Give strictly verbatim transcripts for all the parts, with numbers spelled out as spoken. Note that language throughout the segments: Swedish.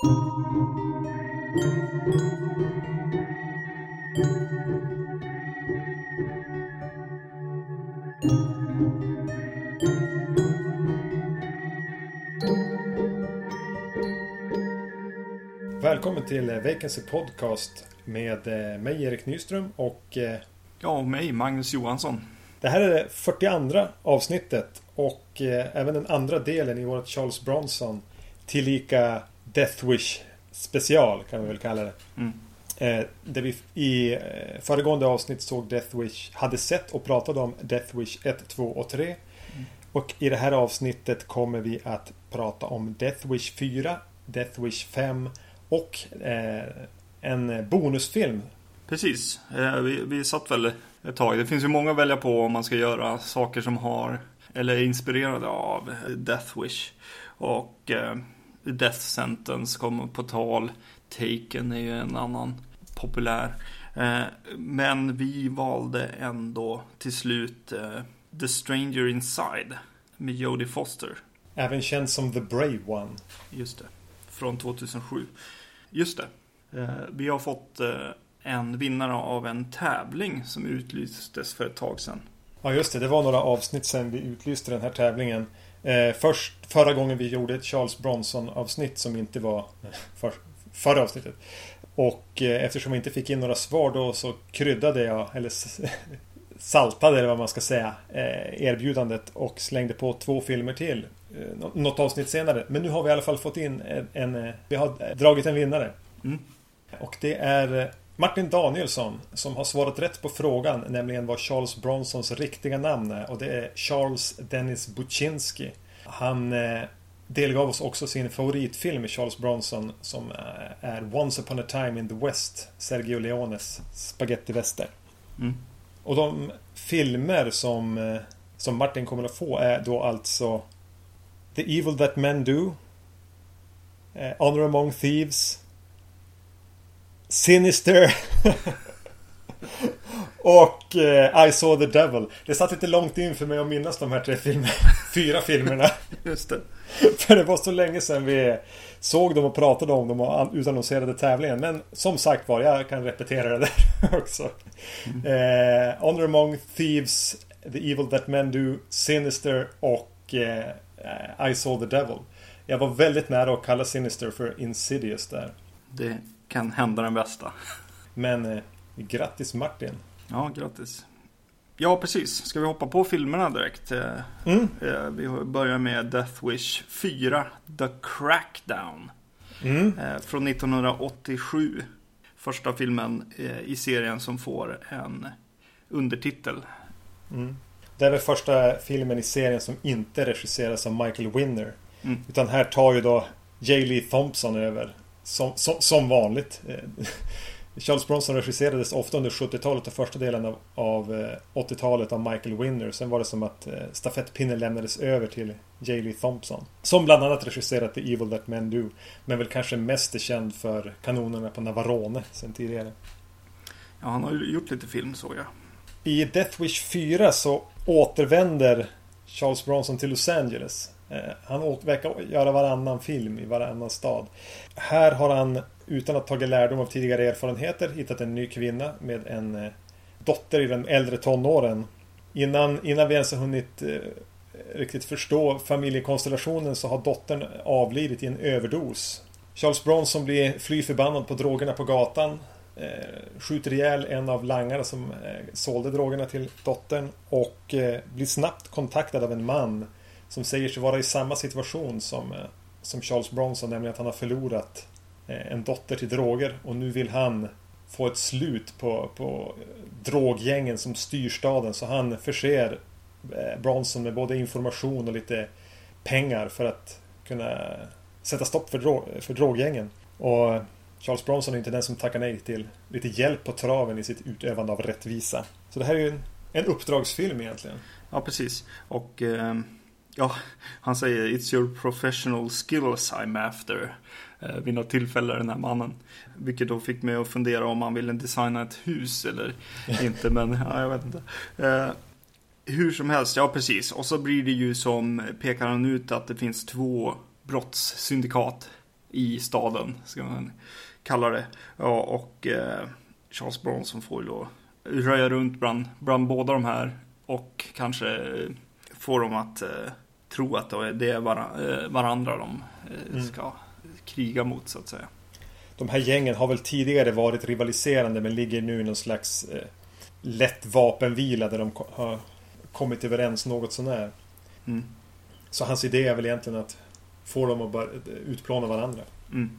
Välkommen till Vacancy Podcast med mig Erik Nyström och ja, och mig Magnus Johansson. Det här är det fyrtioandra avsnittet och även den andra delen i vårt Charles Bronson tillika Death Wish special kan vi väl kalla det. Mm. Eh, där vi i föregående avsnitt såg Death Wish, hade sett och pratade om Death Wish ett, två och tre. Mm. Och i det här avsnittet kommer vi att prata om Death Wish fyra, Death Wish fem och eh, en bonusfilm. Precis, eh, vi, vi satt väl ett tag. Det finns ju många att välja på om man ska göra saker som har eller är inspirerade av Death Wish. Och eh, Death Sentence kommer på tal. Taken är ju en annan populär. Eh, men vi valde ändå till slut eh, The Stranger Inside med Jodie Foster. Även känd som The Brave One. Just det, från tjugohundrasju. Just det, eh, vi har fått eh, en vinnare av en tävling som utlystes för ett tag sedan. Ja just det, det var några avsnitt sedan vi utlyste den här tävlingen. Eh, först, förra gången vi gjorde ett Charles Bronson avsnitt som inte var för, förra avsnittet. Och eh, eftersom vi inte fick in några svar då så kryddade jag, eller saltade eller vad man ska säga, eh, erbjudandet och slängde på två filmer till. Eh, något avsnitt senare. Men nu har vi i alla fall fått in en, en vi har dragit en vinnare. Mm. Och det är Martin Danielsson som har svarat rätt på frågan, nämligen vad Charles Bronsons riktiga namn är, och det är Charles Dennis Buczynski. Han eh, delgav oss också sin favoritfilm i Charles Bronson som eh, är Once upon a time in the West, Sergio Leones spaghettiväster. Mm. Och de filmer som, eh, som Martin kommer att få är då alltså The Evil That Men Do, eh, Honor Among Thieves, Sinister och eh, I Saw the Devil. Det satt lite långt in för mig att minnas de här tre filmerna, fyra filmerna. Just det. För det var så länge sedan vi såg dem och pratade om dem och utannonserade tävlingen. Men som sagt var, jag kan repetera det där också. Mm. eh, Honor Among Thieves, The Evil That Men Do, Sinister och eh, I Saw the Devil. Jag var väldigt nära att kalla Sinister för Insidious där. Det kan hända den bästa. Men eh, grattis Martin. Ja, grattis. Ja, precis. Ska vi hoppa på filmerna direkt? Mm. Eh, vi börjar med Death Wish fyra, The Crackdown. Mm. Eh, från nittonhundraåttiosju. Första filmen eh, i serien som får en undertitel. Mm. Det är väl första filmen i serien som inte regisseras av Michael Winner. Mm. Utan här tar ju då J. Lee Thompson över. Som, som, som vanligt. Charles Bronson regisserades ofta under sjuttiotalet och första delen av, av åttiotalet av Michael Winner. Sen var det som att stafettpinnen lämnades över till J. Lee Thompson. Som bland annat regisserat The Evil That Men Do. Men väl kanske mest är känd för Kanonerna på Navarone sen tidigare. Ja, han har ju gjort lite film, så jag. I Death Wish fyra så återvänder Charles Bronson till Los Angeles. Han verkar göra varannan film i varannan stad. Här har han, utan att ta lärdom av tidigare erfarenheter, hittat en ny kvinna med en dotter i den äldre tonåren. Innan, innan vi ens har hunnit eh, riktigt förstå familjekonstellationen så har dottern avlidit i en överdos. Charles Bronson blir fly förbannad på drogerna på gatan. Eh, skjuter ihjäl en av langarna som eh, sålde drogerna till dottern och eh, blir snabbt kontaktad av en man som säger sig vara i samma situation som, som Charles Bronson, nämligen att han har förlorat en dotter till droger och nu vill han få ett slut på, på droggängen som styr staden, så han förser Bronson med både information och lite pengar för att kunna sätta stopp för, drog, för droggängen. Och Charles Bronson är inte den som tackar nej till lite hjälp på traven i sitt utövande av rättvisa. Så det här är ju en, en uppdragsfilm egentligen. Ja, precis. Och eh... ja, han säger it's your professional skills I'm after eh, vid något tillfälle, den här mannen. Vilket då fick mig att fundera om han ville designa ett hus eller inte, men ja, jag vet inte. Eh, hur som helst, ja precis. Och så blir det ju som, pekar han ut att det finns två brottssyndikat i staden, ska man kalla det. Ja, och eh, Charles Bronson får ju då röja runt bland, bland båda de här och kanske få dem att eh, tro att det är var, eh, varandra de eh, ska mm. kriga mot, så att säga. De här gängen har väl tidigare varit rivaliserande, men ligger nu i någon slags eh, lätt vapenvila där de ko- har kommit överens något sånär. Mm. Så hans idé är väl egentligen att få dem att bara utplåna varandra. Mm.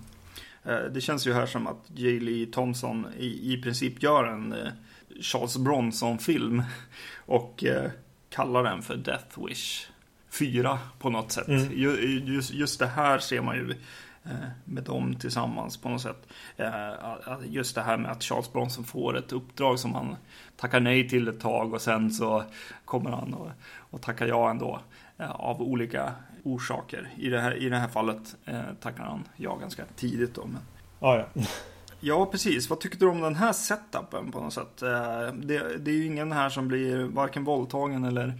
Det känns ju här som att J. Lee Thompson i, i princip gör en eh, Charles Bronson-film och eh, kallar den för Death Wish fyra på något sätt. Mm. Just, just det här ser man ju eh, med dem tillsammans på något sätt. Eh, just det här med att Charles Bronson får ett uppdrag som han tackar nej till ett tag och sen så kommer han och, och tackar ja ändå eh, av olika orsaker. I det här, i det här fallet eh, tackar han ja ganska tidigt då. Men... Ah, ja. Ja, precis. Vad tycker du om den här setupen på något sätt? Eh, det, det är ju ingen här som blir varken våldtagen eller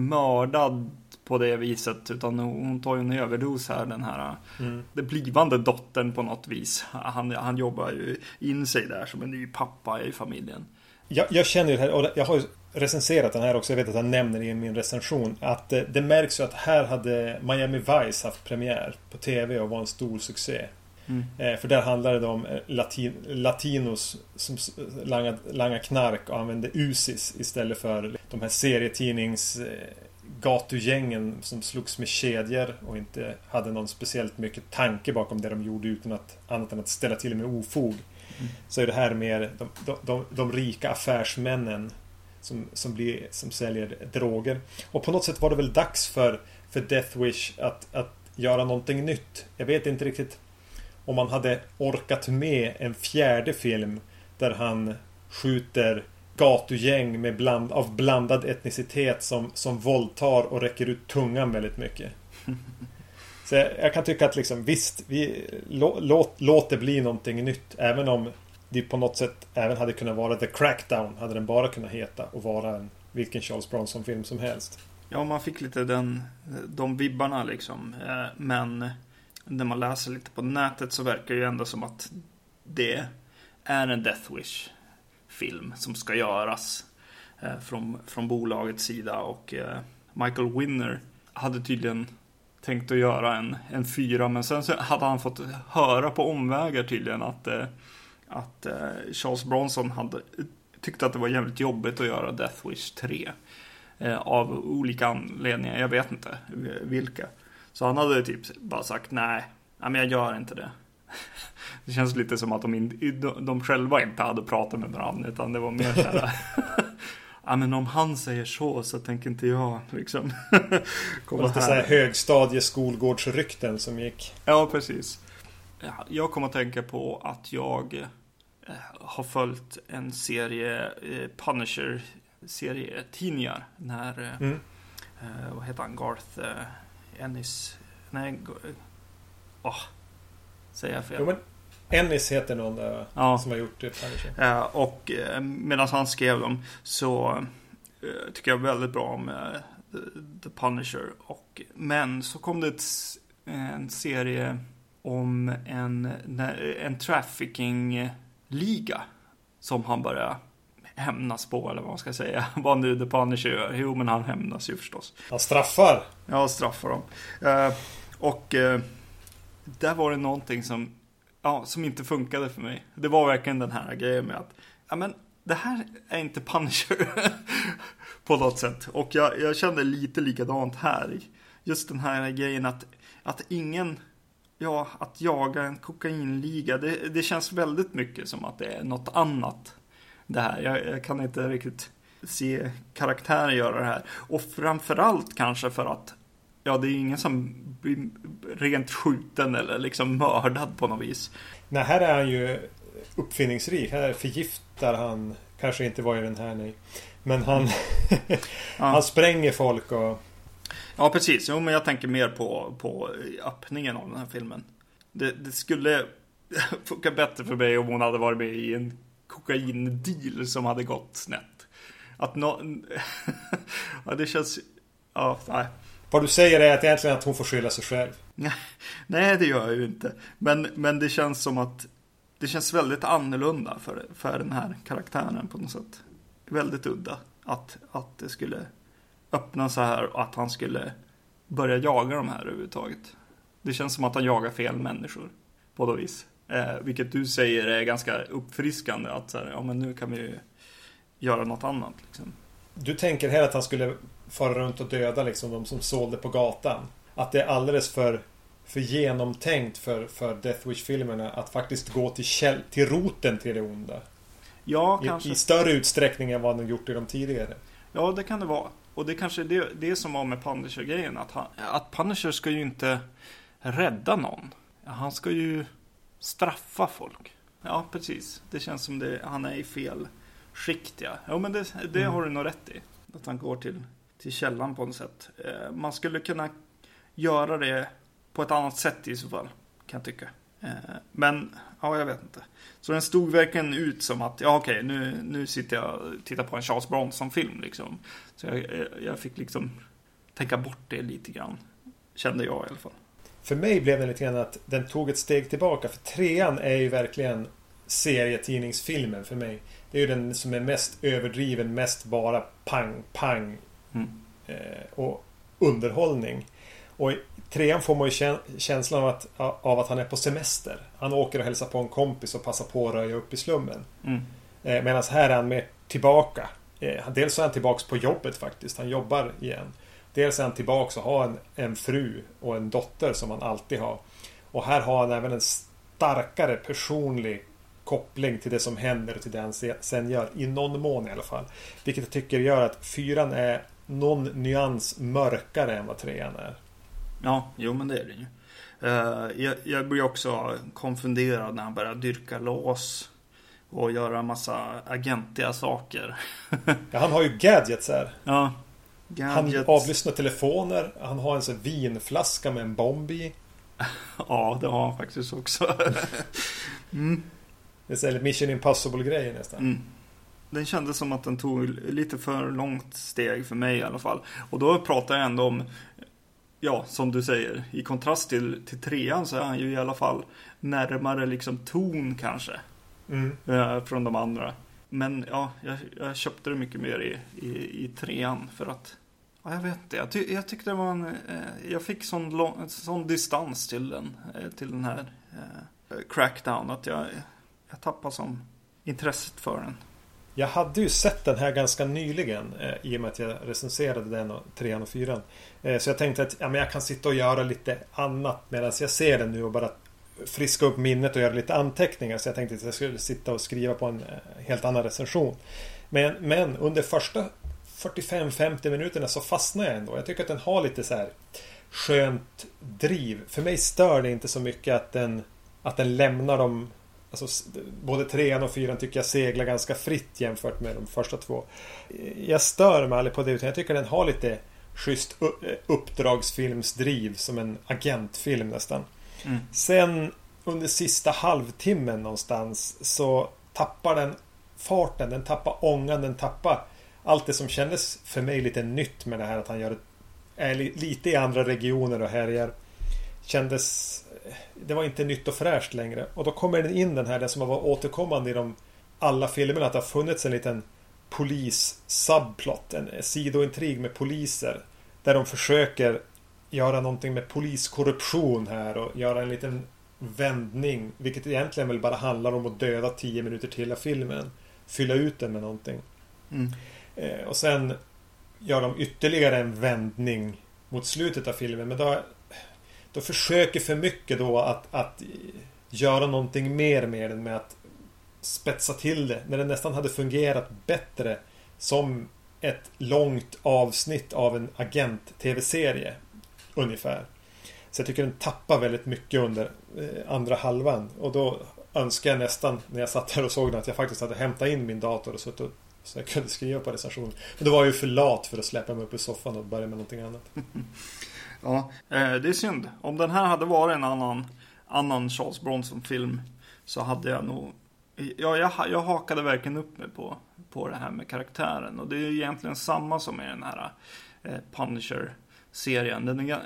mördad på det viset, utan hon tar ju en överdos här, den här mm. det blivande dottern på något vis. Han, han jobbar ju in sig där som en ny pappa i familjen. Jag, jag känner ju det här, och jag har ju recenserat den här också, jag vet att jag nämner det i min recension, att det, det märks ju att här hade Miami Vice haft premiär på tv och var en stor succé. Mm. Eh, för där handlade det om latin, latinos som langar, langar knark och använde Uzis istället för de här serietidnings eh, gatugängen som slogs med kedjor och inte hade någon speciellt mycket tanke bakom det de gjorde, utan att annat än att ställa till med ofog. Mm. Så är det här mer de, de, de, de rika affärsmännen som, som, blir, som säljer droger. Och på något sätt var det väl dags för, för Death Wish att, att göra någonting nytt. Jag vet inte riktigt om man hade orkat med en fjärde film där han skjuter gatugäng med bland, av blandad etnicitet som, som våldtar och räcker ut tungan väldigt mycket. Så jag, jag kan tycka att liksom, visst, vi, lå, låt, låt det bli någonting nytt, även om det på något sätt även hade kunnat vara The Crackdown, hade den bara kunnat heta och vara en, vilken Charles Bronson-film som helst. Ja, man fick lite den, de vibbarna liksom, men när man läser lite på nätet så verkar det ju ändå som att det är en Death Wish film som ska göras eh, från, från bolagets sida, och eh, Michael Winner hade tydligen tänkt att göra en, en fyra, men sen så hade han fått höra på omvägar tydligen att, eh, att eh, Charles Bronson hade tyckte att det var jävligt jobbigt att göra Death Wish tre eh, av olika anledningar, jag vet inte vilka. Så han hade typ bara sagt nej, nej men jag gör inte det. Det känns lite som att de, in, de själva inte hade pratat med varandra, utan det var mer så här. Ja, men om han säger så så tänker inte jag liksom. Komma lite så här högstadieskolgårdsrykten som gick. Ja, precis. Ja, jag kommer att tänka på att jag eh, har följt en serie eh, Punisher serie tidningar när eh, mm. eh, vad heter han, Garth eh, Ennis, nej åh oh. Säger jag fel? Jo, men Ennis heter någon där, ja. Som har gjort det. Uh, och uh, medan han skrev dem så uh, tycker jag väldigt bra om uh, The, The Punisher. Och, men så kom det ett, en serie om en, en trafficking-liga som han började hämnas på, eller vad man ska säga. Vad nu The Punisher gör. Jo, men han hämnas ju förstås. Han straffar. Ja, straffar dem. Uh, och... Uh, där var det någonting som, ja, som inte funkade för mig. Det var verkligen den här grejen med att ja, men det här är inte Punisher på något sätt. Och jag, jag kände lite likadant här. Just den här grejen att, att ingen, ja, att jaga en kokainliga, det, det känns väldigt mycket som att det är något annat. Det här, jag, jag kan inte riktigt se karaktärer göra det här. Och framförallt kanske för att ja, det är ingen som blir rent skjuten eller liksom mördad på något vis. Nej, här är han ju uppfinningsrik. Här förgiftar han, kanske inte var i den här, nej. Men han, ja. Han spränger folk och... Ja, precis. Jo, men jag tänker mer på, på öppningen av den här filmen. Det, det skulle funka bättre för mig om hon hade varit med i en kokaindeal som hade gått snett. Att no... ja, det känns... Ja, nej. Vad du säger är att egentligen att hon får skylla sig själv. Nej, det gör jag ju inte. Men, men det känns som att det känns väldigt annorlunda för, för den här karaktären på något sätt. Väldigt udda att, att det skulle öppna så här och att han skulle börja jaga de här överhuvudtaget. Det känns som att han jagar fel människor på något vis. Eh, vilket du säger är ganska uppfriskande. Att så här, ja, men nu kan vi ju göra något annat. Liksom. Du tänker här att han skulle fara runt och döda liksom, de som sålde på gatan. Att det är alldeles för, för genomtänkt för, för Death Wish-filmerna att faktiskt gå till, käll, till roten till det onda. Ja, I, kanske. I större utsträckning än vad han gjort i de tidigare. Ja, det kan det vara. Och det kanske är det, det som var med Punisher-grejen. Att, han, att Punisher ska ju inte rädda någon. Han ska ju straffa folk. Ja, precis. Det känns som det, han är i fel skikt. Ja, ja men det, det mm. har du nog rätt i. Att han går till, till källan på något sätt. Eh, man skulle kunna göra det på ett annat sätt i så fall. Kan jag tycka. Eh, men, ja jag vet inte. Så den stod verkligen ut som att, ja okej, nu, nu sitter jag och tittar på en Charles Bronson-film liksom. Så jag, jag fick liksom tänka bort det lite grann. Kände jag i alla fall. För mig blev det lite grann att den tog ett steg tillbaka. För trean är ju verkligen serietidningsfilmen för mig. Det är ju den som är mest överdriven, mest bara pang, pang mm. eh, och underhållning. Och i trean får man ju känslan av att, av att han är på semester. Han åker och hälsar på en kompis och passar på att röja upp i slummen. Mm. Eh, Medan här är han mer tillbaka. Eh, dels är han tillbaka på jobbet faktiskt. Han jobbar igen. Dels är han tillbaka och har en, en fru och en dotter som han alltid har. Och här har han även en starkare personlig koppling till det som händer och till det han sen gör. I någon mån i alla fall. Vilket jag tycker gör att fyran är någon nyans mörkare än vad trean är. Ja, jo men det är det ju. Uh, jag, jag blir också konfunderad när han börjar dyrka lås och göra en massa agentiga saker. Ja, han har ju gadgets här. Ja, gadgets. Han avlyssnar telefoner. Han har en sån vinflaska med en bomb i. Ja, det har han faktiskt också. mm. Det är Mission Impossible-grejer nästan. Mm. Den kändes som att den tog lite för långt steg för mig i alla fall. Och då pratar jag ändå om, ja, som du säger, i kontrast till, till trean så är han ju i alla fall närmare liksom ton kanske. Mm. Eh, från de andra. Men ja, jag, jag köpte det mycket mer i, i, i trean för att, ja, jag vet inte, jag, ty, jag tyckte det var en, eh, jag fick sån, lång, sån distans till den, eh, till den här eh, Crackdown att jag, jag tappade som intresset för den. Jag hade ju sett den här ganska nyligen eh, i och med att jag recenserade den och trean och fyran. Eh, så jag tänkte att ja, men jag kan sitta och göra lite annat medan jag ser den nu och bara friska upp minnet och göra lite anteckningar. Så jag tänkte att jag skulle sitta och skriva på en eh, helt annan recension. Men, men under första fyrtiofem till femtio minuterna så fastnar jag ändå. Jag tycker att den har lite så här skönt driv. För mig stör det inte så mycket att den, att den lämnar dem. Alltså, både trean och fyran tycker jag seglar ganska fritt jämfört med de första två. Jag stör mig aldrig på det utan jag tycker den har lite schysst uppdragsfilmsdriv som en agentfilm nästan. Mm. Sen under sista halvtimmen någonstans så tappar den farten, den tappar ångan, den tappar allt det som kändes för mig lite nytt med det här att han gör är lite i andra regioner och härjar. Kändes det var inte nytt och fräscht längre. Och då kommer den in den här, den som har varit återkommande i de alla filmerna, att det har funnits en liten polis-subplot, en sidointrig med poliser där de försöker göra någonting med poliskorruption här och göra en liten vändning, vilket egentligen väl bara handlar om att döda tio minuter till av filmen, fylla ut den med någonting. Mm. Eh, och sen gör de ytterligare en vändning mot slutet av filmen, men då Då försöker för mycket då att, att göra någonting mer med den, med att spetsa till det. När det nästan hade fungerat bättre som ett långt avsnitt av en agent-tv-serie. Ungefär. Så jag tycker den tappar väldigt mycket under eh, andra halvan. Och då önskar jag nästan, när jag satt här och såg den, att jag faktiskt hade hämtat in min dator och suttit och, så jag kunde skriva på recensionen. Men då var jag ju för lat för att släppa mig upp i soffan och börja med någonting annat. Ja, det är synd. Om den här hade varit en annan, annan Charles Bronson-film så hade jag nog... Ja, jag, jag hakade verkligen upp mig på, på det här med karaktären. Och det är egentligen samma som i den här eh, Punisher serien. Den är,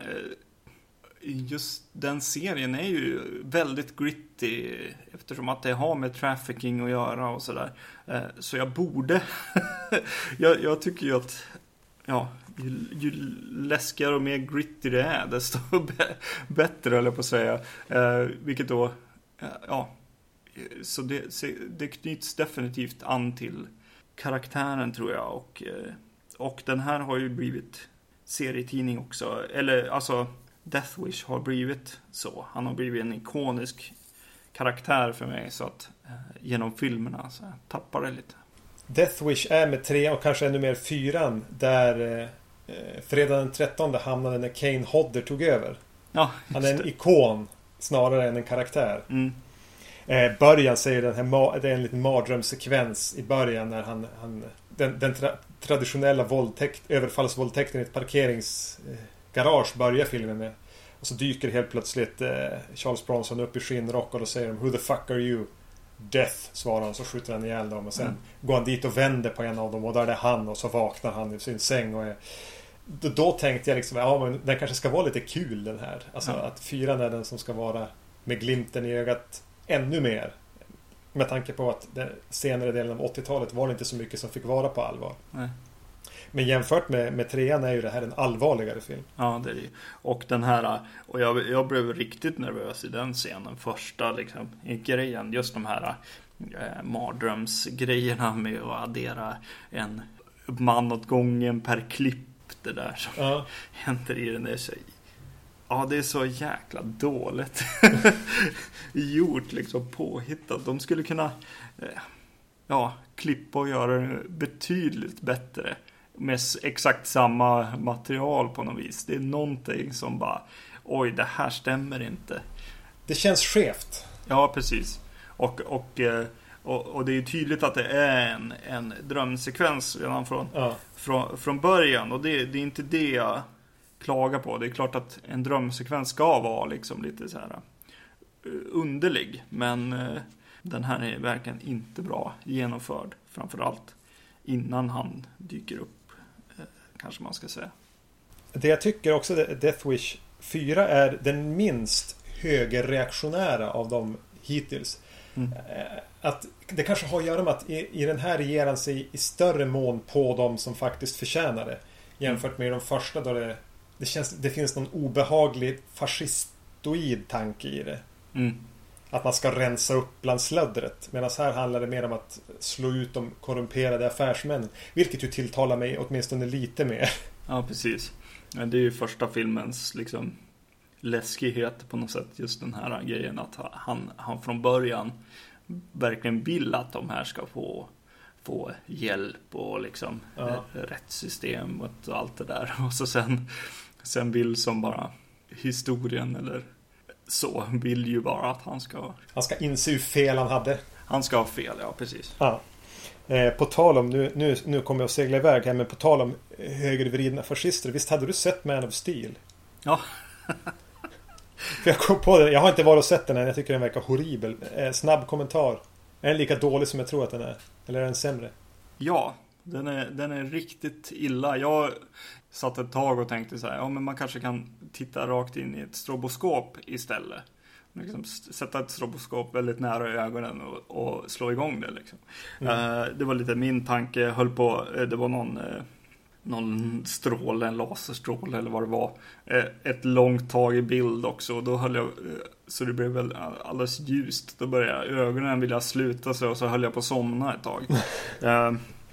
just den serien är ju väldigt gritty eftersom att det har med trafficking att göra och sådär. Så jag borde jag, jag tycker ju att ja, ju, ju läskigare och mer gritty det är, desto b- bättre, eller på att säga. Eh, vilket då, eh, ja, så det, det knyts definitivt an till karaktären, tror jag. Och, eh, och den här har ju blivit serietidning också. Eller, alltså, Death Wish har blivit så. Han har blivit en ikonisk karaktär för mig, så att eh, genom filmerna så jag tappar det lite. Death Wish är med tre och kanske ännu mer fyran, där eh, fredag den trettonde hamnade när Kane Hodder tog över. Ja, han är en ikon snarare än en karaktär. Mm. Eh, början säger den här, det är en liten mardrömssekvens i början när han, han den, den tra, traditionella våldtäkt, överfallsvåldtäkten i ett parkeringsgarage eh, börjar filmen med. Och så dyker helt plötsligt eh, Charles Bronson upp i skinnrock och då säger de: "Who the fuck are you?" "Death", svarar han, så skjuter han ihjäl dem och sen mm. går han dit och vänder på en av dem och där är det han, och så vaknar han i sin säng och är... då, då tänkte jag liksom, ja, men den kanske ska vara lite kul, den här, alltså mm. att fyran är den som ska vara med glimten i ögat ännu mer, med tanke på att den senare delen av åttiotalet var det inte så mycket som fick vara på allvar. Nej. Men jämfört med, med trean är ju det här en allvarligare film. Ja, det är det. Och den här, och jag, jag blev riktigt nervös i den scenen, första liksom, i grejen, just de här eh, mardrömsgrejerna med att addera en man åt gången per klipp, det där som ja. händer i den där sig. Ja, det är så jäkla dåligt gjort, liksom påhittat. De skulle kunna eh, ja, klippa och göra det betydligt bättre med exakt samma material på något vis. Det är någonting som bara, oj, det här stämmer inte. Det känns skevt. Ja, precis. Och, och, och, och det är ju tydligt att det är en, en drömsekvens redan från, ja. från, från början. Och det, det är inte det jag klagar på. Det är klart att en drömsekvens ska vara liksom lite så här underlig. Men den här är verkligen inte bra genomförd. Framförallt innan han dyker upp, kanske man ska säga. Det jag tycker också, Death Wish fyra är den minst högerreaktionära av dem hittills. Mm. Att det kanske har att göra med att i, i den här ger han sig i större mån på dem som faktiskt förtjänar det, jämfört med de första då det, det, känns, det finns någon obehaglig fascistoid tanke i det. Mm. Att man ska rensa upp bland slöddret. Medan här handlar det mer om att slå ut de korrumperade affärsmännen. Vilket ju tilltalar mig åtminstone lite mer. Ja, precis. Det är ju första filmens liksom läskighet på något sätt. Just den här grejen att han, han från början verkligen vill att de här ska få, få hjälp och liksom ja. rättssystem och allt det där. Och så sen, sen vill som bara historien eller så vill ju bara att han ska... Han ska inse hur fel han hade. Han ska ha fel, ja, precis. Ja. Eh, på tal om, nu, nu, nu kommer jag att segla iväg här, men på tal om högervridna fascister, visst hade du sett Man of Steel? Ja. För jag kom på det, jag har inte varit och sett den än, jag tycker den verkar horribel. Eh, snabb kommentar. Är den lika dålig som jag tror att den är? Eller är den sämre? Ja, den är, den är riktigt illa. Jag satt ett tag och tänkte så här, ja men man kanske kan titta rakt in i ett stroboskop istället. Liksom sätta ett stroboskop väldigt nära ögonen och, och slå igång det liksom. Mm. Uh, det var lite min tanke, jag höll på, det var någon, uh, någon stråle, en laserstråle eller vad det var. Uh, ett långt tag i bild också, och då höll jag, uh, så det blev väl alldeles ljust. Då började ögonen vilja sluta sig och så höll jag på att somna ett tag. uh,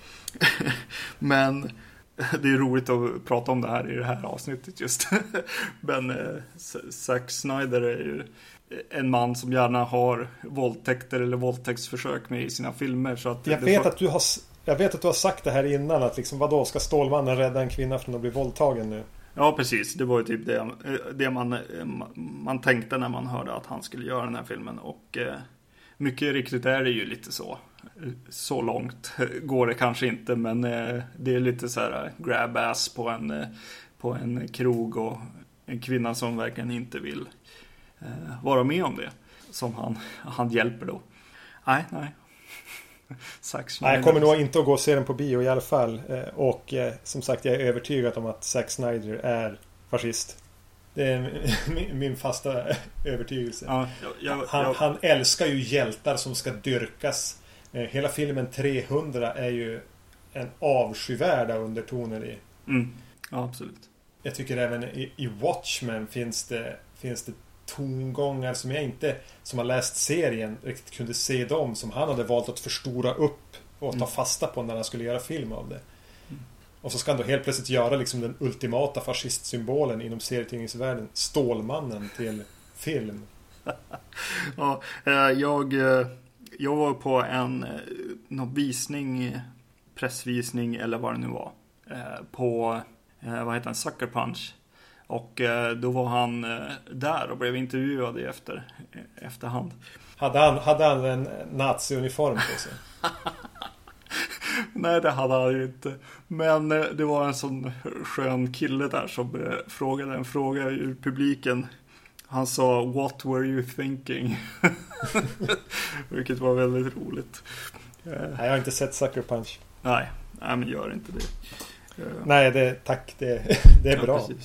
Men det är roligt att prata om det här i det här avsnittet just. Men eh, Zack Snyder är ju en man som gärna har våldtäkter eller våldtäktsförsök med i sina filmer. Så att jag, vet att du har, jag vet att du har sagt det här innan, att liksom, vadå, ska Stålmannen rädda en kvinna från att bli våldtagen nu? Ja, precis. Det var ju typ det, det man, man tänkte när man hörde att han skulle göra den här filmen. Och eh, mycket riktigt är det ju lite så. Så långt går det kanske inte, men eh, det är lite så här grab ass på en, eh, på en krog och en kvinna som verkligen inte vill eh, vara med om det. Som han, han hjälper då. Nej, nej. Nej, jag kommer nog inte att gå och se den på bio i alla fall. Och som sagt, jag är övertygad om att Zack Snyder är fascist. Det är min, min fasta övertygelse. Ja, jag, jag, han, jag... han älskar ju hjältar som ska dyrkas. Hela filmen trehundra är ju en avskyvärda undertoner i. Mm. Ja, absolut. Jag tycker även i, i Watchmen finns det, finns det tongångar som jag inte, som har läst serien, riktigt kunde se dem, som han hade valt att förstora upp och ta mm. fasta på när han skulle göra film av det. Mm. Och så ska han då helt plötsligt göra liksom den ultimata fascistsymbolen inom serietidningsvärlden, Stålmannen, till film. Ja, jag, jag var på en någon visning, pressvisning eller vad det nu var, på, vad heter den, Sucker Punch. Och då var han där och blev intervjuad i efter, efterhand. Hade han, hade han en nazi-uniform på sig? Nej, det hade han ju inte. Men det var en sån skön kille där som frågade en fråga ur publiken. Han sa, what were you thinking? Vilket var väldigt roligt. Nej, jag har inte sett Sucker Punch. Nej, nej men gör inte det. Nej, det, tack. Det, det är ja, bra. Precis.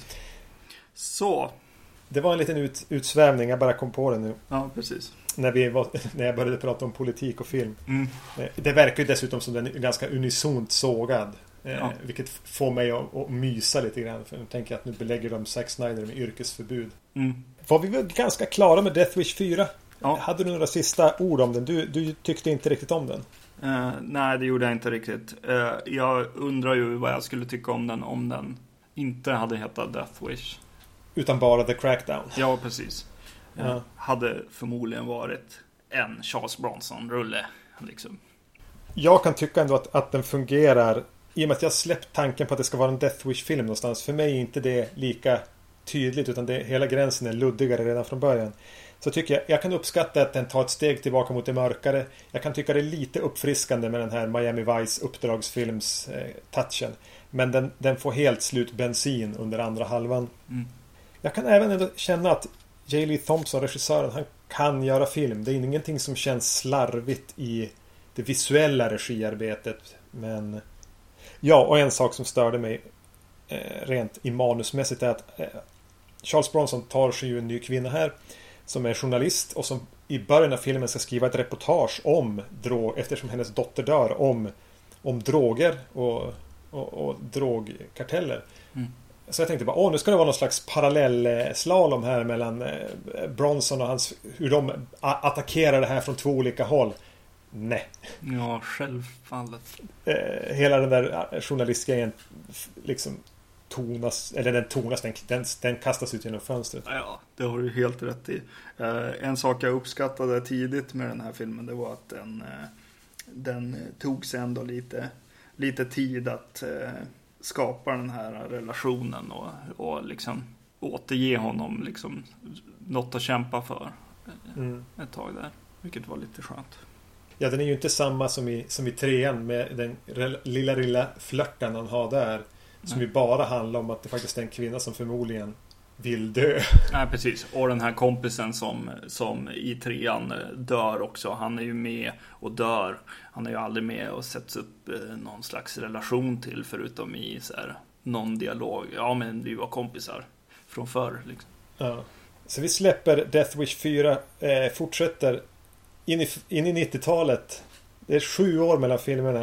Så. Det var en liten ut, utsvävning. Jag bara kom på det nu. Ja, precis. När, vi var, när jag började prata om politik och film. Mm. Det verkar ju dessutom som den är ganska unisont sågad. Ja. Vilket får mig att, att mysa lite grann. För jag tänker att nu belägger de Zack Snyder med yrkesförbud. Mm. Var vi väl ganska klara med Death Wish fyra? Ja. Hade du några sista ord om den? Du, du tyckte inte riktigt om den. Uh, nej, det gjorde jag inte riktigt. Uh, jag undrar ju vad jag skulle tycka om den om den inte hade hetat Death Wish. Utan bara The Crackdown. Ja, precis. Uh, ja. Hade förmodligen varit en Charles Bronson-rulle. Liksom. Jag kan tycka ändå att, att den fungerar. I och med att jag släppt tanken på att det ska vara en Death Wish-film någonstans. För mig är inte det lika tydligt, utan det, hela gränsen är luddigare redan från början. Så tycker jag, jag kan uppskatta att den tar ett steg tillbaka mot det mörkare. Jag kan tycka det är lite uppfriskande med den här Miami Vice uppdragsfilms eh, touchen. Men den, den får helt slut bensin under andra halvan. Mm. Jag kan även ändå känna att J. Lee Thompson, regissören, han kan göra film. Det är ingenting som känns slarvigt i det visuella regiarbetet. Men ja, och en sak som störde mig eh, rent i manusmässigt är att eh, Charles Bronson tar sig ju en ny kvinna här som är journalist och som i början av filmen ska skriva ett reportage om drog, eftersom hennes dotter dör, om, om droger och, och, och drogkarteller. Mm. Så jag tänkte bara, åh, nu ska det vara någon slags parallellslalom här mellan eh, Bronson och hans, hur de a- attackerar det här från två olika håll. Nej. Ja, självfallet. Eh, hela den där journalistgrejen liksom tonas, eller den tonas, den, den, den kastas ut genom fönstret. Ja, det har du helt rätt i. Eh, en sak jag uppskattade tidigt med den här filmen, det var att den, eh, den tog sig ändå lite, lite tid att eh, skapa den här relationen och, och liksom återge honom liksom något att kämpa för eh, mm. ett tag där, vilket var lite skönt. Ja, den är ju inte samma som i, som i trean med den lilla, lilla flörten han har där. Som ju bara handlar om att det faktiskt är en kvinna som förmodligen vill dö. Nej, precis. Och den här kompisen som, som i trean dör också. Han är ju med och dör. Han är ju aldrig med och sätts upp någon slags relation till, förutom i så här, någon dialog. Ja, men vi var kompisar från förr. Liksom. Ja. Så vi släpper Death Wish fyra. Eh, fortsätter in i, in i nittiotalet. Det är sju år mellan filmerna.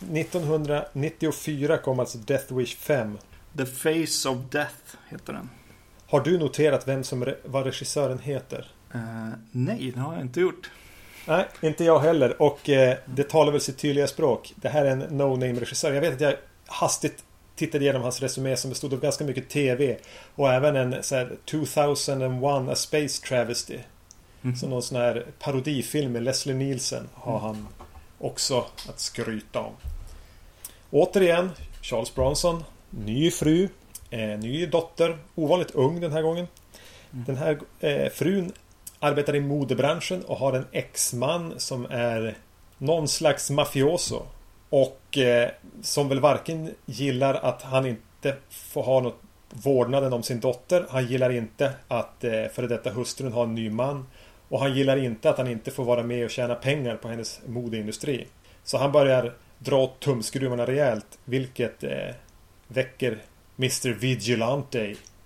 nittonhundranittiofyra kom alltså Death Wish fem. The Face of Death heter den. Har du noterat vem som re- vad regissören heter? Uh, nej, det har jag inte gjort. Nej, inte jag heller. Och eh, det talar väl sitt tydliga språk. Det här är en no-name-regissör. Jag vet att jag hastigt tittade igenom hans resumé som bestod av ganska mycket tv. Och även en så här, tjugohundraett A Space Travesty. Mm. Så någon sån här parodifilm med Leslie Nielsen har han också att skryta om. Återigen, Charles Bronson, ny fru, eh, ny dotter, ovanligt ung den här gången. Mm. Den här eh, frun arbetar i modebranschen och har en ex-man som är någon slags mafioso. Och eh, som väl varken gillar att han inte får ha något vårdnaden om sin dotter. Han gillar inte att eh, före detta hustrun har en ny man. Och han gillar inte att han inte får vara med och tjäna pengar på hennes modeindustri. Så han börjar dra åt tumskruvarna rejält. Vilket eh, väcker mister Vigilante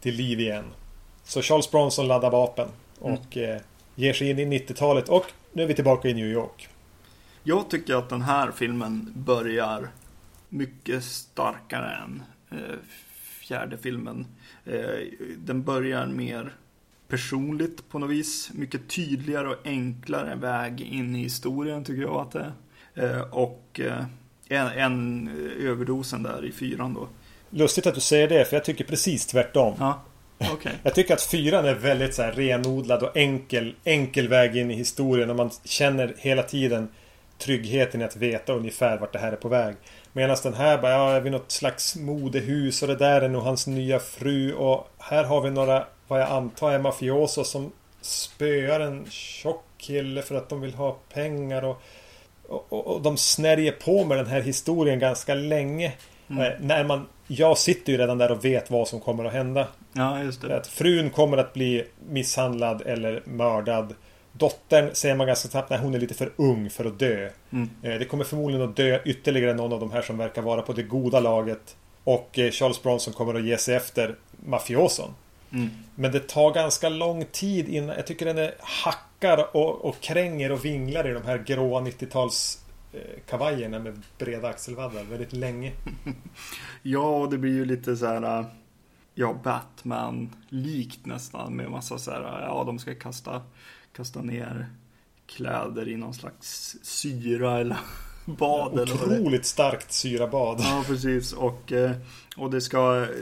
till liv igen. Så Charles Bronson laddar vapen och mm. eh, ger sig in i nittiotalet och nu är vi tillbaka i New York. Jag tycker att den här filmen börjar mycket starkare än eh, fjärde filmen. Eh, den börjar mer personligt på något vis. Mycket tydligare och enklare väg in i historien tycker jag att det är. Eh, och eh, en, en överdosen där i fyran då. Lustigt att du säger det, för jag tycker precis tvärtom. Ja, okay. Jag tycker att fyran är väldigt så här renodlad och enkel, enkel väg in i historien. Och man känner hela tiden tryggheten i att veta ungefär vart det här är på väg. Medan den här bara, ja, är vi något slags modehus och det där är nog hans nya fru. Och här har vi några, vad jag antar är mafioso som spöar en tjock kille för att de vill ha pengar. Och, och, och de snärjer på med den här historien ganska länge. Mm. Eh, när man, jag sitter ju redan där och vet vad som kommer att hända. Ja, just det. Att frun kommer att bli misshandlad eller mördad. Dottern säger man ganska snabbt när hon är lite för ung för att dö. Mm. Det kommer förmodligen att dö ytterligare någon av de här som verkar vara på det goda laget. Och Charles Bronson kommer att ge sig efter mafioson. Mm. Men det tar ganska lång tid innan. Jag tycker den är hackar och, och kränger och vinglar i de här gråa nittio-tals kavajerna med breda axelvaddar väldigt länge. Ja, och det blir ju lite så här, ja, Batman-likt nästan med massa så här, ja, de ska kasta kasta ner kläder i någon slags syra eller bad. Eller otroligt starkt syrabad. Ja, precis. Och, och det ska eh,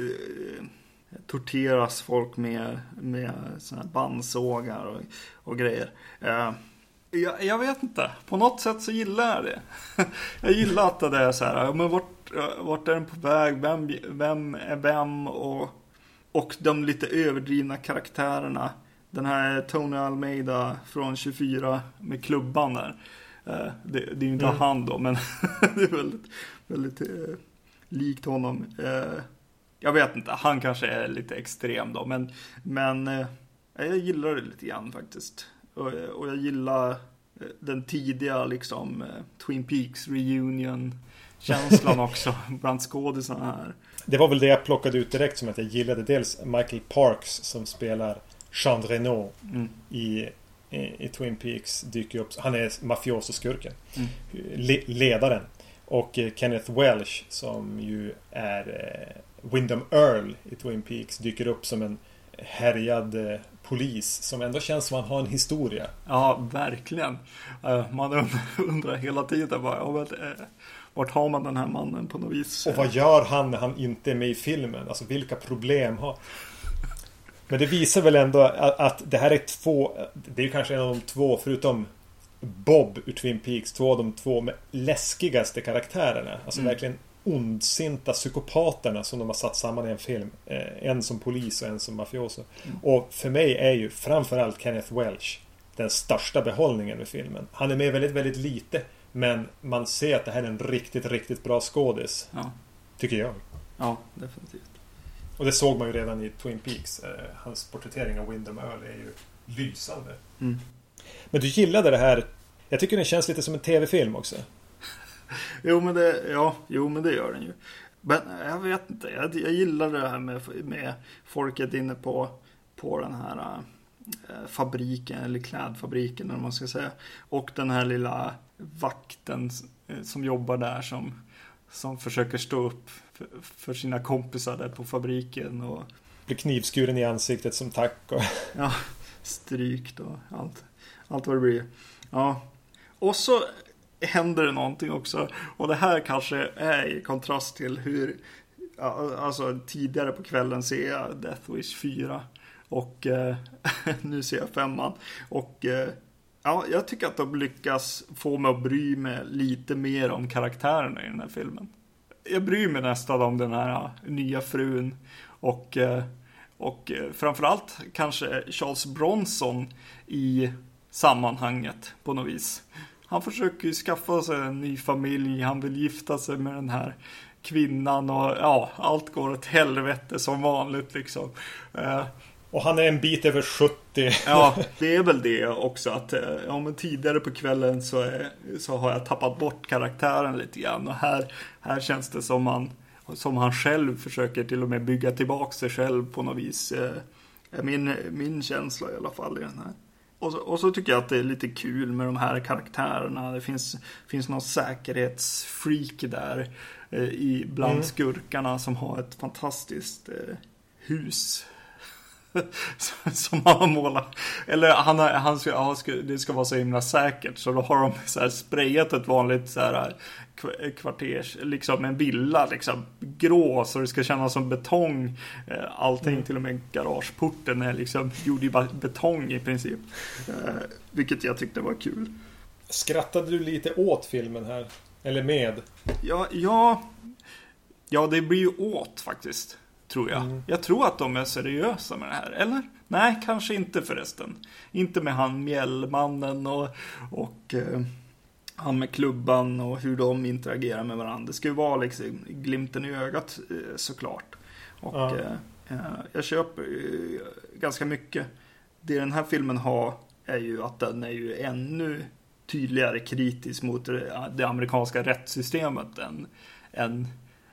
torteras folk med, med såna här bandsågar och, och grejer. Eh, jag, jag vet inte. På något sätt så gillar jag det. Jag gillar att det är så här, men vart, vart är den på väg? Vem, vem är vem? Och, och de lite överdrivna karaktärerna. Den här Tony Almeida från tjugofyra med klubban där. Eh, det, det är ju inte mm. han då, men det är väldigt, väldigt eh, likt honom. Eh, jag vet inte, han kanske är lite extrem då, men, men eh, jag gillar det lite grann faktiskt. Och, och jag gillar den tidiga liksom eh, Twin Peaks reunion-känslan också bland skådisarna här. Det var väl det jag plockade ut direkt som att jag gillade dels Michael Parks som spelar Jean Reno mm. i, i, i Twin Peaks dyker upp. Han är mafiososkurken. Mm. Le, ledaren. Och eh, Kenneth Welsh som ju är eh, Wyndham Earl i Twin Peaks dyker upp som en härjad eh, polis som ändå känns som att han har en historia. Ja, verkligen. Uh, man undrar, undrar hela tiden bara, jag vet, uh, vart har man den här mannen på något vis? Och vad gör han när han inte är med i filmen? Alltså vilka problem har... Men det visar väl ändå att, att det här är två, det är kanske en av de två, förutom Bob ur Twin Peaks, två av de två läskigaste karaktärerna. Alltså mm. verkligen ondsinta psykopaterna som de har satt samman i en film. Eh, en som polis och en som mafioso. Mm. Och för mig är ju framförallt Kenneth Welsh den största behållningen med filmen. Han är med väldigt, väldigt lite, men man ser att det här är en riktigt, riktigt bra skådis. Ja. Tycker jag. Ja, definitivt. Och det såg man ju redan i Twin Peaks. Eh, hans porträttering av Wyndham Earl är ju lysande. Mm. Men du gillade det här. Jag tycker den känns lite som en tv-film också. Jo, men det, ja, jo, men det gör den ju. Men jag vet inte. Jag, jag gillar det här med, med folket inne på, på den här äh, fabriken, eller klädfabriken, eller vad man ska säga. Och den här lilla vakten som jobbar där som, som försöker stå upp för, för sina kompisar där på fabriken. Och blir knivskuren i ansiktet som tack. Och... ja, strykt och allt, allt vad det blir. Ja. Och så händer det någonting också. Och det här kanske är i kontrast till hur, alltså tidigare på kvällen ser jag Death Wish fyra. Och eh, nu ser jag femman. Och eh, ja, jag tycker att de lyckas få mig att bry mig lite mer om karaktärerna i den här filmen. Jag bryr mig nästan om den här nya frun. Och, eh, och framförallt kanske Charles Bronson i sammanhanget på något vis. Han försöker ju skaffa sig en ny familj. Han vill gifta sig med den här kvinnan. Och ja, allt går åt helvete som vanligt liksom. Uh, och han är en bit över sjuttio. Ja, det är väl det också. Att ja, men tidigare på kvällen så, är, så har jag tappat bort karaktären lite grann. Och här, här känns det som man som han själv försöker till och med bygga tillbaka sig själv på något vis. Är min, min känsla i alla fall i den här. Och så, och så tycker jag att det är lite kul med de här karaktärerna. Det finns, finns någon säkerhetsfreak där eh, i bland mm. skurkarna som har ett fantastiskt eh, hus som han har målat. Eller han, han ska, ja, det ska vara så himla säkert, så då har de så här sprayat ett vanligt så här kvarters, liksom en villa liksom grå, så det ska kännas som betong. Allting, mm. till och med garageporten är liksom gjord i betong i princip. Vilket jag tyckte var kul. Skrattade du lite åt filmen här? Eller med? Ja, ja, ja det blir ju åt faktiskt. Tror jag. Mm. Jag tror att de är seriösa med det här. Eller? Nej, kanske inte förresten. Inte med han mjällmannen och, och eh, han med klubban och hur de interagerar med varandra. Det ska ju vara liksom glimten i ögat eh, såklart. Och ja. eh, jag köper eh, ganska mycket. Det den här filmen har är ju att den är ju ännu tydligare kritisk mot det, det amerikanska rättssystemet än, än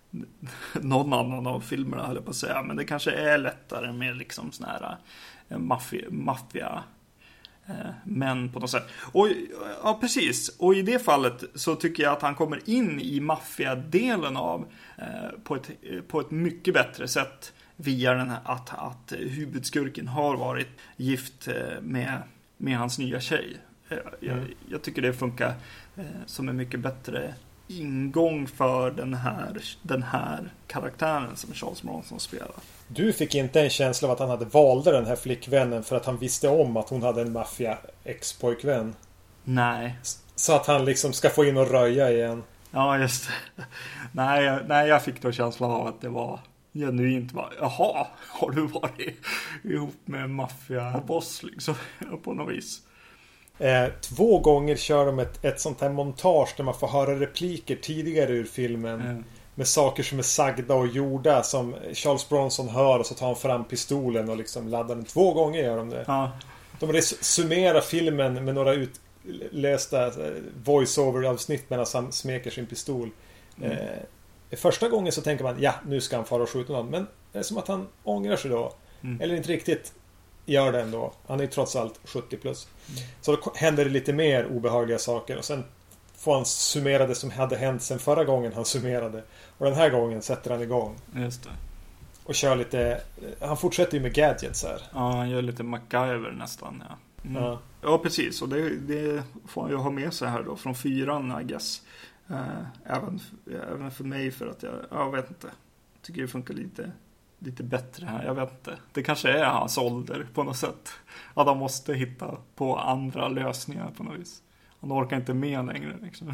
någon annan av filmerna, höll jag på att säga. Men det kanske är lättare med liksom sån här maffia, maffia eh, men på något sätt. Och, ja, precis. Och i det fallet så tycker jag att han kommer in i maffia-delen av eh, på, ett, på ett mycket bättre sätt via den här, att, att huvudskurken har varit gift eh, med, med hans nya tjej. Eh, jag, mm. jag tycker det funkar eh, som en mycket bättre ingång för den här, den här karaktären som Charles Bronson spelar. Du fick inte en känsla av att han hade valde den här flickvännen för att han visste om att hon hade en maffia ex-pojkvän? Nej. Så att han liksom ska få in och röja igen. Ja, just det. Nej, nej, jag fick då känslan av att det var genuint. Var, jaha, har du varit ihop med en maffia-boss liksom, på något vis? Eh, två gånger kör de ett, ett sånt här montage där man får höra repliker tidigare ur filmen mm. med saker som är sagda och gjorda som Charles Bronson hör, och så tar han fram pistolen och liksom laddar den. Två gånger gör de det. Ja. De resummerar filmen med några utlösta voice-over-avsnitt medan han smeker sin pistol. Mm. Eh, första gången så tänker man, ja, nu ska han fara och skjuta någon. Men det är som att han ångrar sig då. Mm. Eller inte riktigt gör det ändå. Han är ju trots allt sjuttio plus. Mm. Så då händer det lite mer obehagliga saker. Och sen får han summera det som hade hänt sen förra gången han summerade. Och den här gången sätter han igång. Just det. Och kör lite... Han fortsätter ju med gadgets här. Ja, han gör lite MacGyver nästan, ja. Mm. Ja. Ja, precis. Och det, det får han ju ha med sig här då. Från fyran, I guess. Uh, även, även för mig, för att jag... Jag vet inte. Tycker det funkar lite... lite bättre här, jag vet inte. Det kanske är hans ålder på något sätt. Att han måste hitta på andra lösningar på något vis. Han orkar inte med längre liksom.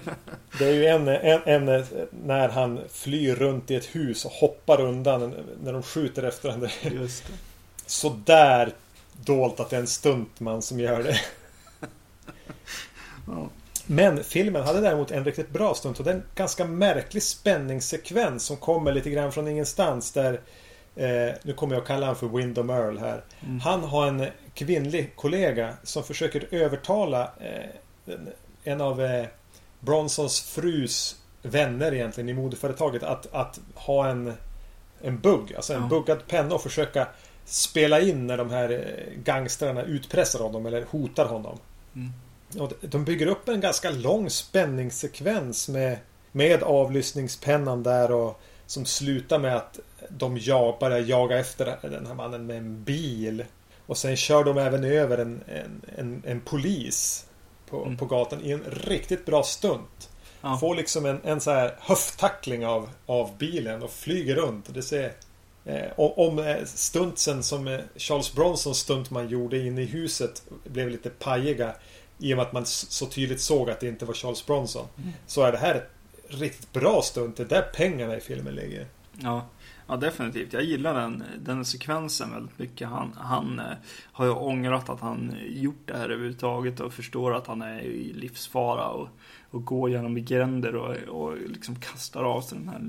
Det är ju en, en, en när han flyr runt i ett hus och hoppar undan när de skjuter efter henne. Just det. Så där dolt att det är en stuntman som gör det. Ja. Men filmen hade däremot en riktigt bra stund, och det är en ganska märklig spänningssekvens som kommer lite grann från ingenstans där, eh, nu kommer jag att kalla han för Windom Earl här. Mm. Han har en kvinnlig kollega som försöker övertala eh, en av eh, Bronsons frus vänner egentligen i modeföretaget att, att ha en, en bugg, alltså en ja. buggad penna och försöka spela in när de här gangstrarna utpressar honom eller hotar honom. Mm. Och de bygger upp en ganska lång spänningssekvens med, med avlyssningspennan där, och som slutar med att de jag, börjar jaga efter den här mannen med en bil. Och sen kör de även över en, en, en, en polis på, mm. på gatan i en riktigt bra stunt. Ja. Får liksom en, en så här höfttackling av, av bilen och flyger runt. Det ser, eh, om stuntsen som Charles Bronson stunt man gjorde inne i huset blev lite pajiga, i och med att man så tydligt såg att det inte var Charles Bronson, mm. så är det här ett riktigt bra stunt. Det är där pengarna i filmen ligger. Ja, ja definitivt. Jag gillar den, den sekvensen väldigt mycket. Han, han eh, har ju ångrat att han gjort det här överhuvudtaget och förstår att han är i livsfara och, och går genom gränder och, och liksom kastar av sig den här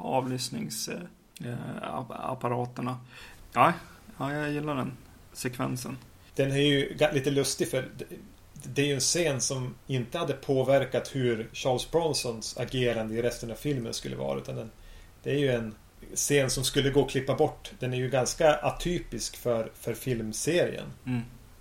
avlyssningsapparaterna. Ja, ja, jag gillar den sekvensen. Den är ju lite lustig, för det är ju en scen som inte hade påverkat hur Charles Bronsons agerande i resten av filmen skulle vara, utan den Det är ju en scen som skulle gå att klippa bort. Den är ju ganska atypisk för, för filmserien. Mm.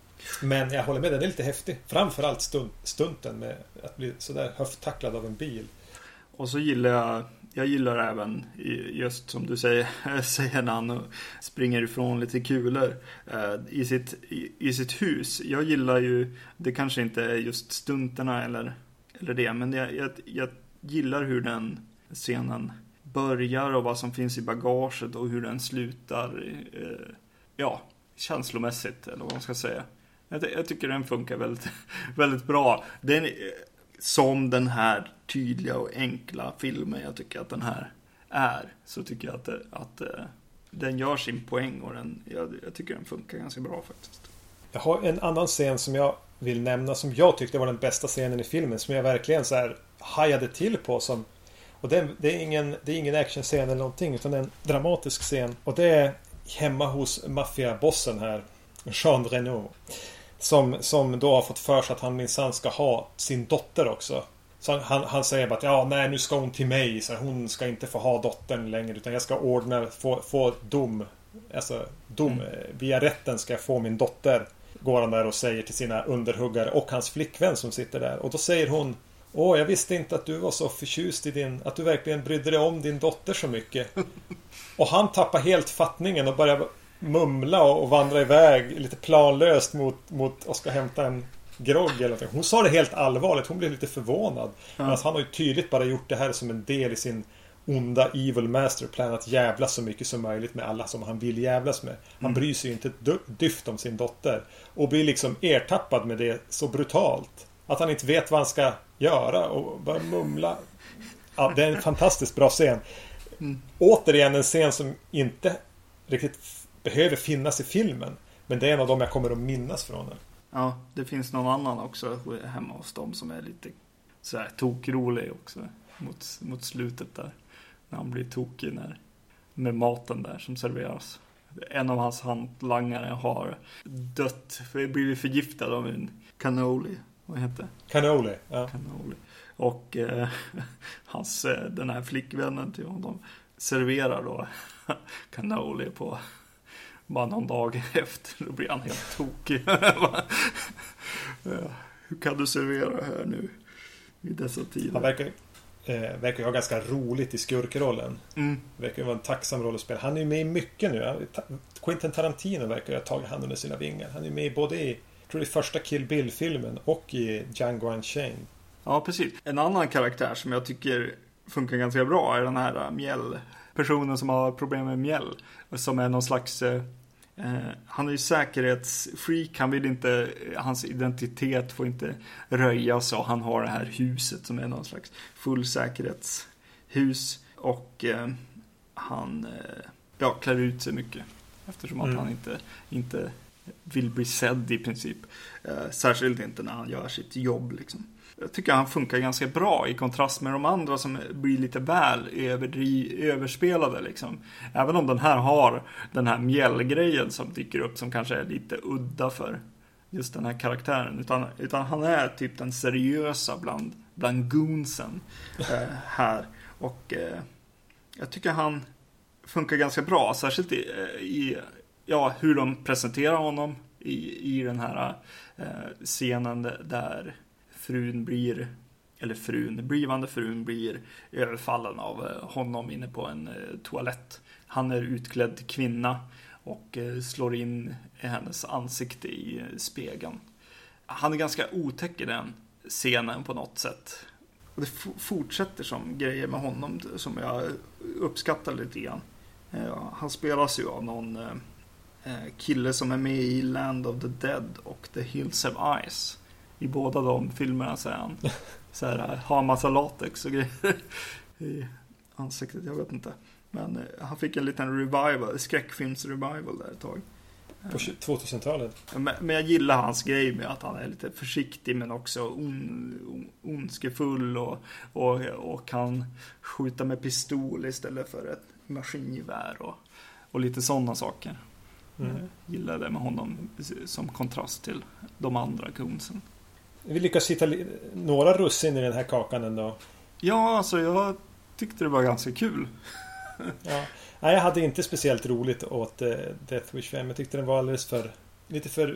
Men jag håller med, den är lite häftig. Framförallt stund, stunten med att bli sådär höfttacklad av en bil. Och så gillar jag, jag gillar även just som du säger, säger när han springer ifrån lite kulor eh, i, sitt, i, i sitt hus. Jag gillar ju, det kanske inte är just stunterna eller, eller det, men jag, jag, jag gillar hur den scenen börjar och vad som finns i bagaget och hur den slutar eh, ja, känslomässigt eller vad man ska säga. Jag, jag tycker den funkar väldigt, väldigt bra. Den, som den här tydliga och enkla filmen jag tycker att den här är, så tycker jag att, att, att den gör sin poäng och den, jag, jag tycker den funkar ganska bra faktiskt. Jag har en annan scen som jag vill nämna som jag tyckte var den bästa scenen i filmen, som jag verkligen så här hajade till på, som och det, det är ingen det är ingen actionscen eller någonting, utan en dramatisk scen, och det är hemma hos maffiabossen här, Jean Reno, som, som då har fått för sig att han minsann ska ha sin dotter också. Så han, han säger bara att ja, nej, nu ska hon till mig, så hon ska inte få ha dottern längre, utan jag ska ordna, få, få dom, alltså dom, mm. via rätten ska jag få min dotter, går han där och säger till sina underhuggare och hans flickvän som sitter där. Och då säger hon: åh, jag visste inte att du var så förtjust i din, att du verkligen brydde dig om din dotter så mycket. Och han tappar helt fattningen och börjar mumla och vandra iväg lite planlöst mot, mot och ska hämta en grogg eller någonting. Hon sa det helt allvarligt, hon blev lite förvånad. Ja. Men han har ju tydligt bara gjort det här som en del i sin onda evil masterplan, att jävla så mycket som möjligt med alla som han vill jävlas med. Han mm. bryr sig ju inte ett dyft om sin dotter och blir liksom ertappad med det så brutalt att han inte vet vad han ska göra och bara mumla. Ja, det är en fantastiskt bra scen. Mm. Återigen en scen som inte riktigt behöver finnas i filmen, men det är en av dem jag kommer att minnas från den. Ja, det finns någon annan också hemma hos dem som är lite så här tokrolig också mot, mot slutet där, när han blir tokig när, med maten där som serveras. En av hans hantlangare har dött, blivit förgiftad av en cannoli. Vad heter det? Cannoli, ja. Cannoli. Och eh, hans, den här flickvännen till honom serverar då cannoli på bara någon dag efter. Då blir han helt tokig. Hur kan du servera här nu i dessa tider? Han verkar, eh, verkar ju ha ganska roligt i skurkrollen. Mm. Verkar vara en tacksam roll att spela. Han är ju med i mycket nu. Quentin Tarantino verkar ha tagit hand under sina vingar. Han är med både i, jag tror det är första Kill Bill-filmen och i Django Unchained. Ja, precis. En annan karaktär som jag tycker funkar ganska bra är den här mjäll. Personen som har problem med mjäll. Som är någon slags... Eh, han är ju säkerhetsfreak. Han vill inte... Hans identitet får inte röjas. Och han har det här huset som är någon slags fullsäkerhetshus. Och eh, han eh, ja, klär ut sig mycket. Eftersom mm. att han inte, inte vill bli sedd i princip. Eh, särskilt inte när han gör sitt jobb liksom. Jag tycker han funkar ganska bra i kontrast med de andra som blir lite väl överdri- överspelade liksom. Även om den här har den här mjällgrejen som dyker upp som kanske är lite udda för just den här karaktären. Utan, utan han är typ den seriösa bland, bland goonsen eh, här. Och eh, jag tycker han funkar ganska bra. Särskilt i, i ja, hur de presenterar honom i, i den här eh, scenen där frun blir, eller frun, blivande frun blir överfallen av honom inne på en eh, toalett. Han är utklädd till kvinna och eh, slår in hennes ansikte i eh, spegeln. Han är ganska otäck i den scenen på något sätt. Och det f- fortsätter som grejer med honom som jag uppskattar lite grann. Eh, han spelas ju av någon eh, kille som är med i Land of the Dead och The Hills Have Eyes. I båda de filmerna så är han så här, har en massa latex och grejer i ansiktet, jag vet inte. Men eh, han fick en liten revival, skräckfilms-revival där ett tag. På tvåtusentalet. Men, men jag gillar hans grej med att han är lite försiktig men också on, on, ondskefull och, och, och kan skjuta med pistol istället för ett maskingevär och, och lite sådana saker. Mm. Jag gillar det med honom som kontrast till de andra goonsen. Vi lyckas hitta några russin i den här kakan ändå. Ja, alltså jag tyckte det var ganska kul. Ja. Nej, jag hade inte speciellt roligt åt uh, Death Wish fem. Jag tyckte den var alldeles för lite för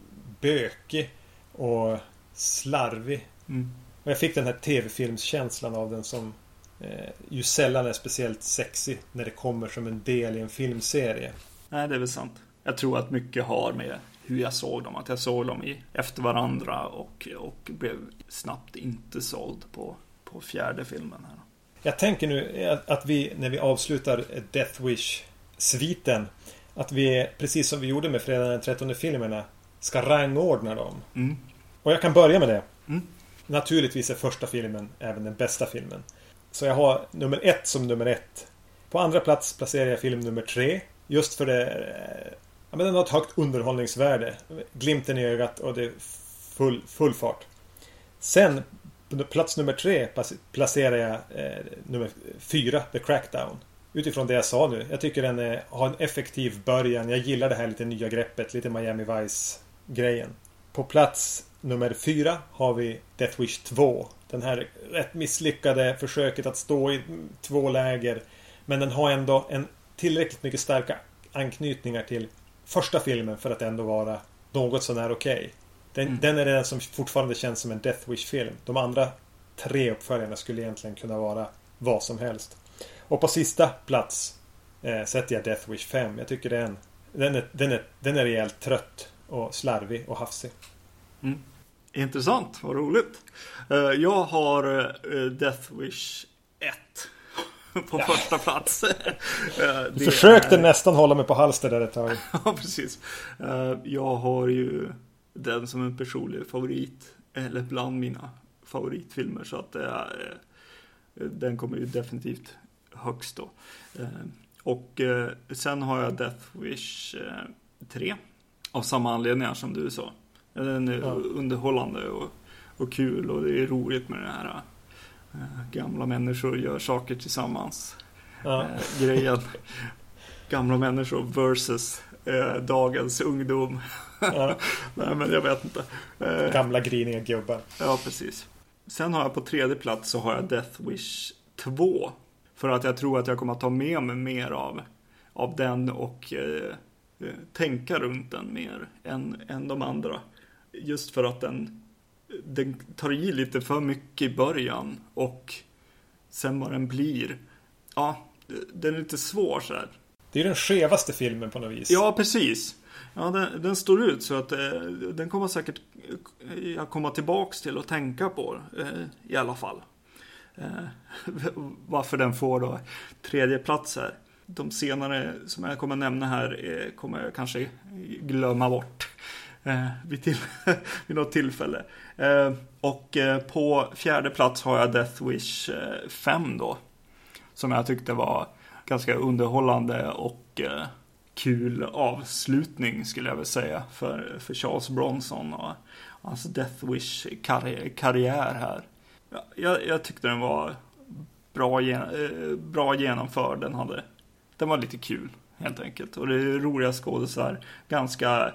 bökig och slarvig. Mm. Och jag fick den här tv-filmskänslan av den som eh, ju sällan är speciellt sexy när det kommer som en del i en filmserie. Nej, det är väl sant. Jag tror att mycket har med hur jag såg dem. Att jag såg dem i, efter varandra och, och blev snabbt inte såld på, på fjärde filmen här. Jag tänker nu att vi, när vi avslutar Death Wish-sviten, att vi, precis som vi gjorde med Fredag den trettonde filmerna, ska rangordna dem. Mm. Och jag kan börja med det. Mm. Naturligtvis är första filmen även den bästa filmen. Så jag har nummer ett som nummer ett. På andra plats placerar jag film nummer tre. Just för det... Ja, men den har ett högt underhållningsvärde. Glimten i ögat och det är full, full fart. Sen, på plats nummer tre placerar jag eh, nummer fyra, The Crackdown. Utifrån det jag sa nu. Jag tycker den är, har en effektiv början. Jag gillar det här lite nya greppet. Lite Miami Vice-grejen. På plats nummer fyra har vi Death Wish två. Den här rätt misslyckade försöket att stå i två läger. Men den har ändå en tillräckligt mycket starka anknytningar till första filmen för att ändå vara något sånär okej. Okay. Den, mm. den är den som fortfarande känns som en Death Wish-film. De andra tre uppföljarna skulle egentligen kunna vara vad som helst. Och på sista plats eh, sätter jag Death Wish fem. Jag tycker den, den, är, den, är, den är rejält trött och slarvig och hafsig. Mm. Intressant, vad roligt. Jag har Death Wish ett på ja. första plats. Du försökte är... nästan hålla mig på halster där ett tag. Ja, precis. Jag har ju den som en personlig favorit, eller bland mina favoritfilmer, så att det är, den kommer ju definitivt högst då. Och sen har jag Death Wish tre av samma anledningar som du sa. Den är ja. underhållande och, och kul, och det är roligt med det här äh, gamla människor gör saker tillsammans ja. äh, grejen. Gamla människor versus äh, dagens ungdom. Ja. Nej, men jag vet inte. Äh, gamla griniga gubbar. Ja, precis. Sen har jag på tredje plats så har jag Death Wish två. För att jag tror att jag kommer att ta med mig mer av, av den och äh, tänka runt den mer än, än de andra. Just för att den, den tar i lite för mycket i början och sen vad den blir. Ja, den är lite svår så här. Det är den skevaste filmen på något vis. Ja, precis. Ja, den, den står ut så att eh, den kommer säkert jag komma tillbaks till och tänka på eh, i alla fall. Eh, varför den får då tredje plats här. De senare som jag kommer nämna här eh, kommer jag kanske glömma bort. Eh, vid, till, vid något tillfälle. Eh, och eh, på fjärde plats har jag Death Wish fem då. Som jag tyckte var ganska underhållande och eh, kul avslutning skulle jag väl säga. För, för Charles Bronson och hans Death Wish karri- karriär här. Ja, jag, jag tyckte den var bra, gen- eh, bra genomförd. Den, hade, den var lite kul helt enkelt. Och det är roliga skådespelare. Ganska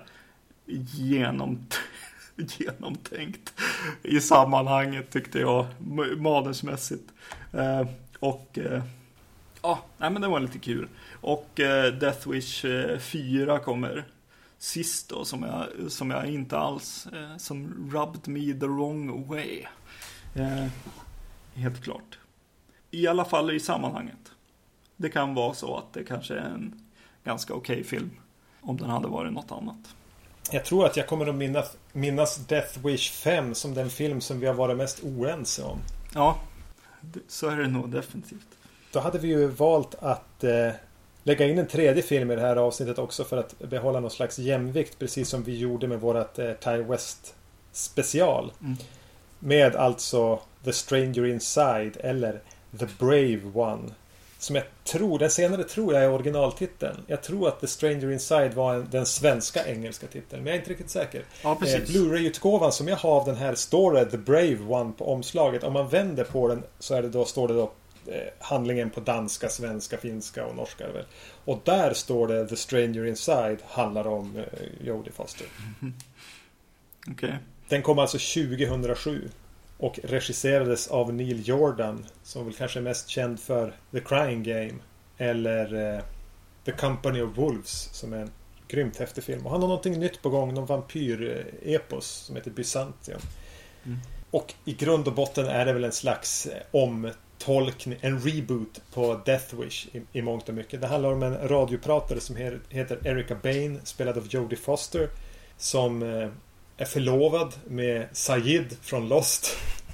Genomt, genomtänkt i sammanhanget tyckte jag manusmässigt eh, och eh, ja, nej, men det var lite kul. Och eh, Death Wish fyra kommer sist då, som jag, som jag inte alls eh, som rubbed me the wrong way eh, helt klart, i alla fall i sammanhanget. Det kan vara så att det kanske är en ganska okej film om den hade varit något annat. Jag tror att jag kommer att minnas, minnas Death Wish fem som den film som vi har varit mest oense om. Ja, så är det nog definitivt. Då hade vi ju valt att eh, lägga in en tredje film i det här avsnittet också för att behålla någon slags jämvikt, precis som vi gjorde med vårat eh, Ty West special. Mm. Med alltså The Stranger Inside eller The Brave One. Som jag tror, den senare tror jag är originaltiteln. Jag tror att The Stranger Inside var en, den svenska engelska titeln. Men jag är inte riktigt säker. Ja, precis. Eh, Blu-ray-utgåvan som jag har av den här står det The Brave One på omslaget. Om man vänder på den så är det då, står det då eh, handlingen på danska, svenska, finska och norska. Väl. Och där står det The Stranger Inside handlar om eh, Jodie Foster. Mm-hmm. Okej. Okay. Den kom alltså tjugohundrasju. Och regisserades av Neil Jordan, som väl kanske är mest känd för The Crying Game. eller eh, The Company of Wolves som är en grymt häftig film. Och han har någonting nytt på gång, någon vampyr-epos som heter Byzantium. Mm. Och i grund och botten är det väl en slags omtolkning, en reboot på Death Wish i, i mångt och mycket. Det handlar om en radiopratare som he, heter Erica Bane, spelad av Jodie Foster, som eh, är förlovad med Sayid från Lost.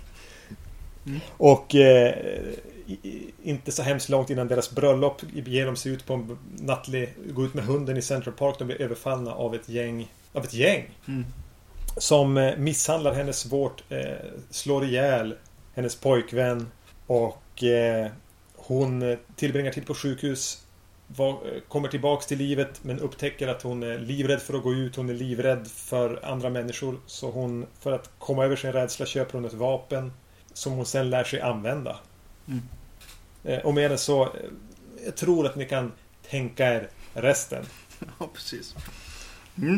Mm. Och eh, i, inte så hemskt långt innan deras bröllop ger de sig ut på en nattlig, gå ut med hunden i Central Park. De blir överfallna av ett gäng av ett gäng mm. som eh, misshandlar henne svårt, eh, slår ihjäl hennes pojkvän, och eh, hon tillbringar tid på sjukhus, var, kommer tillbaks till livet, men upptäcker att hon är livrädd för att gå ut. Hon är livrädd för andra människor, så hon, för att komma över sin rädsla, köper hon ett vapen som hon sen lär sig använda. Mm. Eh, och med det så eh, jag tror att ni kan tänka er resten. Ja, precis. Mm.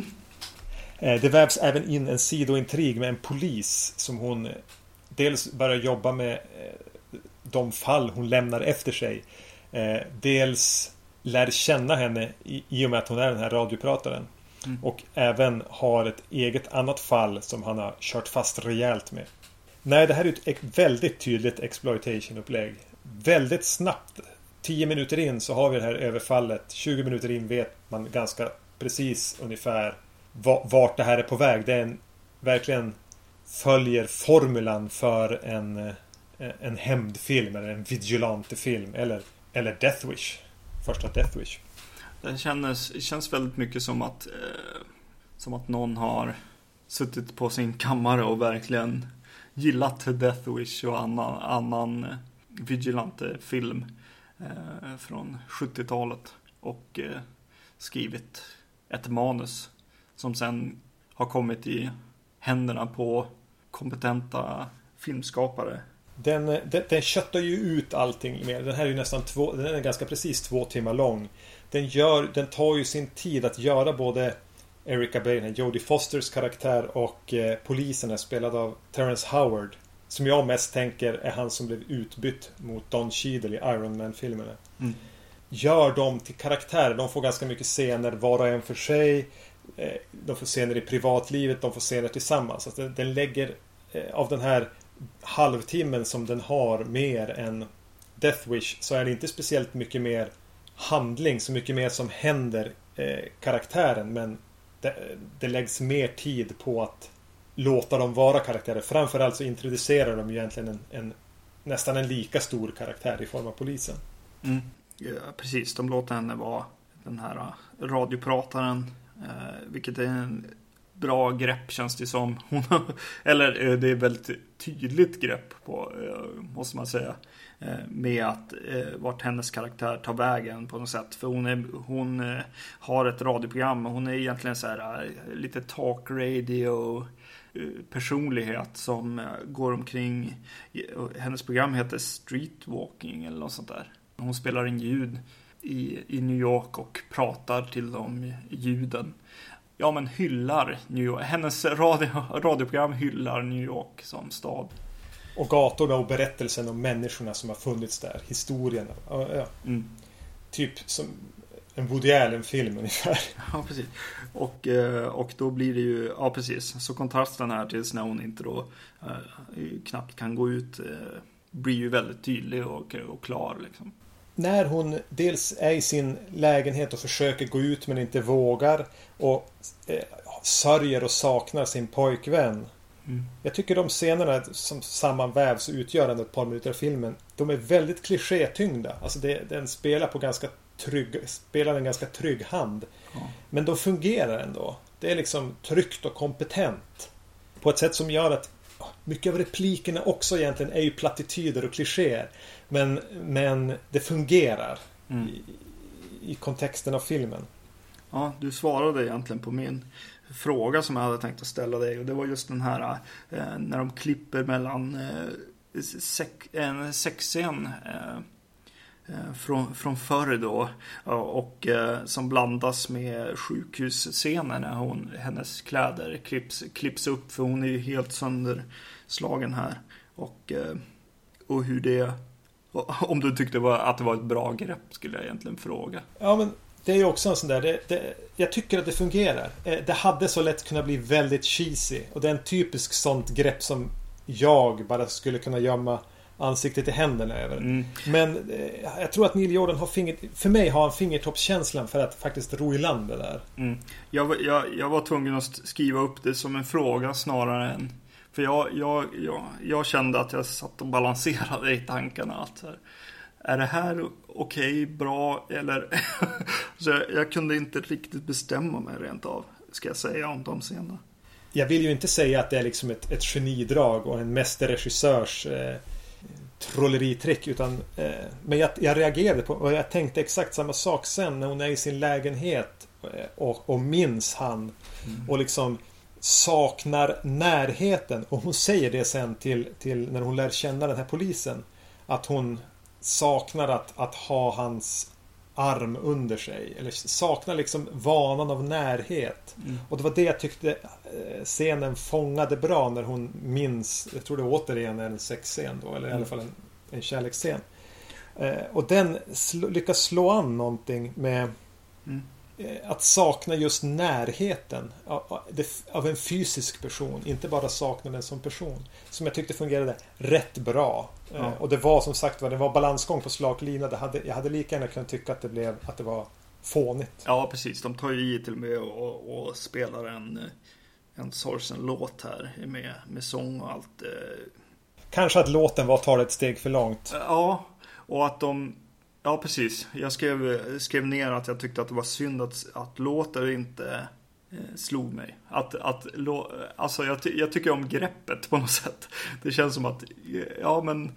Eh, det vävs även in en sidointrig med en polis som hon eh, dels börjar jobba med eh, de fall hon lämnar efter sig. Eh, dels lär känna henne i, i och med att hon är den här radioprataren. Mm. Och även har ett eget annat fall som han har kört fast rejält med. Nej, det här är ett väldigt tydligt exploitation-upplägg. Väldigt snabbt. tio minuter in så har vi det här överfallet. tjugo minuter in vet man ganska precis ungefär vart det här är på väg. Det är en, verkligen följer formulan för en, en hämndfilm eller en vigilante-film eller, eller Death Wish. Första Death Wish. Det känns, känns väldigt mycket som att eh, som att någon har suttit på sin kammare och verkligen gillat Death Wish och annan, annan vigilante film eh, från sjuttiotalet och eh, skrivit ett manus som sen har kommit i händerna på kompetenta filmskapare. Den, den, den köttar ju ut allting mer. Den här är ju nästan två, den är ganska precis två timmar lång. Den, gör, den tar ju sin tid att göra både Erica Bane, Jodie Fosters karaktär, och eh, polisen är spelad av Terrence Howard, som jag mest tänker är han som blev utbytt mot Don Cheadle i Iron Man-filmerna. Mm. Gör dem till karaktärer. De får ganska mycket scener var och en för sig. Eh, de får scener i privatlivet, de får scener tillsammans. Så att den, den lägger eh, av den här halvtimmen som den har mer än Death Wish, så är det inte speciellt mycket mer handling, så mycket mer som händer eh, karaktären, men det, det läggs mer tid på att låta dem vara karaktärer. Framförallt så introducerar de ju egentligen en, en nästan en lika stor karaktär i form av polisen. Mm. Ja, precis, de låter henne vara den här radioprataren, eh, vilket är en bra grepp, känns det som. Hon har, eller eh, det är väldigt tydligt grepp på, eh, måste man säga, eh, med att eh, vart hennes karaktär tar vägen på något sätt. För hon, är, hon eh, har ett radioprogram och hon är egentligen så här eh, lite talk radio personlighet som går omkring. Hennes program heter Streetwalking eller något sånt där. Hon spelar in ljud i, i New York och pratar till de ljuden. Ja, men hyllar New York. Hennes radio, radioprogram hyllar New York som stad. Och gatorna och berättelsen om människorna som har funnits där. Historien. Ja, ja. Mm. Typ som en Woody Allen-film ungefär. Ja, precis. Och, och då blir det ju, ja precis, så kontrasten här tills när hon inte då eh, knappt kan gå ut eh, blir ju väldigt tydlig och, och klar liksom. När hon dels är i sin lägenhet och försöker gå ut men inte vågar och eh, sörjer och saknar sin pojkvän. Mm. Jag tycker de scenerna som sammanvävs och utgör ett par minuter av filmen, de är väldigt klichétyngda. Alltså det, den spelar på ganska trygg, spelar en ganska trygg hand. Ja. Men de fungerar ändå. Det är liksom tryggt och kompetent. På ett sätt som gör att mycket av replikerna också egentligen är ju plattityder och klichéer. Men, men det fungerar mm. i, i kontexten av filmen. Ja, du svarade egentligen på min fråga som jag hade tänkt att ställa dig. Och det var just den här eh, när de klipper mellan eh, sex, en sexscen eh, Från, från förr då och eh, som blandas med sjukhusscener när hon, hennes kläder klipps, klipps upp, för hon är ju helt sönderslagen här och, eh, och hur det Om du tyckte var, att det var ett bra grepp, skulle jag egentligen fråga. Ja, men det är ju också en sån där det, det, jag tycker att det fungerar. Det hade så lätt kunnat bli väldigt cheesy. Och det är en typisk sånt grepp som jag bara skulle kunna gömma ansiktet i händerna över. Mm. Men eh, jag tror att Neil Jordan har finger, för mig har han fingertoppskänslan för att faktiskt ro i land det där. Mm. Jag, jag, jag var tvungen att skriva upp det som en fråga snarare än... För jag, jag, jag, jag kände att jag satt och balanserade i tankarna. Att så här, är det här okej, okay, bra eller... Så jag, jag kunde inte riktigt bestämma mig rent av, ska jag säga, om de scenerna. Jag vill ju inte säga att det är liksom ett, ett genidrag och en mästerregissörs eh, trolleritrick, utan eh, men jag, jag reagerade på, och jag tänkte exakt samma sak sen när hon är i sin lägenhet eh, och, och minns han mm. och liksom saknar närheten, och hon säger det sen till, till när hon lär känna den här polisen, att hon saknar att, att ha hans arm under sig, eller saknar liksom vanan av närhet. Mm. Och det var det jag tyckte scenen fångade bra när hon minns, jag tror det återigen är en sexscen då, eller mm. i alla fall en, en kärleksscen. Eh, och den sl- lyckas slå an någonting med mm. eh, att sakna just närheten av, av en fysisk person, inte bara sakna den som person, som jag tyckte fungerade rätt bra. Ja. Eh, och det var som sagt, det var balansgång på slaglina. Det hade, jag hade lika gärna kunnat tycka att det blev att det var fånigt. Ja, precis. De tar ju i till och med och, och spelar en en Sorsen-låt här med, med sång och allt. Kanske att låten var tar ett steg för långt. Ja, och att de... Ja, precis. Jag skrev, skrev ner att jag tyckte att det var synd att, att låtar inte eh, slog mig. Att, att, lo, alltså jag, jag tycker om greppet på något sätt. Det känns som att, ja men,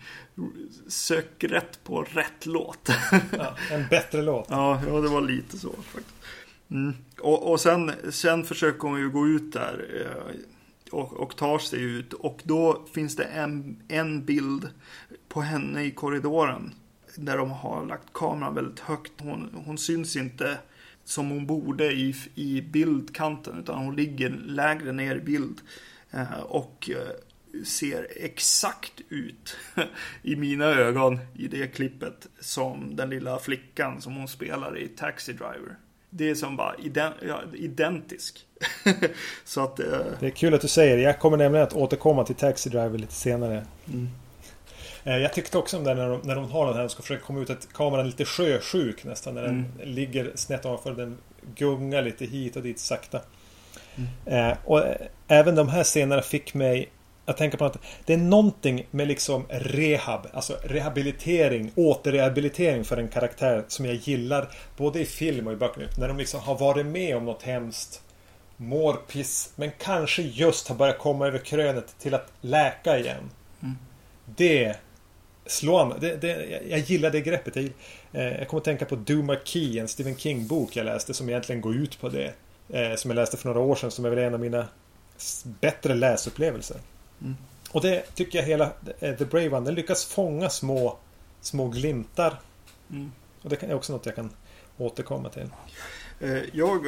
sök rätt på rätt låt. Ja, en bättre låt. Ja, ja, det var lite så faktiskt. Mm. Och, och sen, sen försöker hon ju gå ut där eh, och, och tar sig ut. Och då finns det en, en bild på henne i korridoren där de har lagt kameran väldigt högt. Hon, hon syns inte som hon borde i, i bildkanten, utan hon ligger lägre ner i bild eh, och eh, ser exakt ut i mina ögon i det klippet som den lilla flickan som hon spelar i Taxi Driver. Det är som bara ident- ja, identisk. Så att, eh... det är kul att du säger det. Jag kommer nämligen att återkomma till Taxi Driver lite senare. Mm. Eh, jag tyckte också om det när de, när de har den här och ska försöka komma ut att kameran är lite sjösjuk nästan. När mm. den ligger snett ovanför, den gungar lite hit och dit sakta. Mm. Eh, och eh, även de här scenerna fick mig att tänka på att det är någonting med liksom rehab, alltså rehabilitering, återrehabilitering för en karaktär som jag gillar både i film och i böcker. När de liksom har varit med om något hemskt, mår piss, men kanske just har börjat komma över krönet till att läka igen. Mm. Det slår an. Det, det, jag gillar det greppet. Jag, eh, jag kommer att tänka på Duma Key, en Stephen King-bok jag läste som egentligen går ut på det. Eh, som jag läste för några år sedan, som är väl en av mina bättre läsupplevelser. Mm. Och det tycker jag hela The Brave One, den lyckas fånga små små glimtar. Mm. Och det är också något jag kan återkomma till. Jag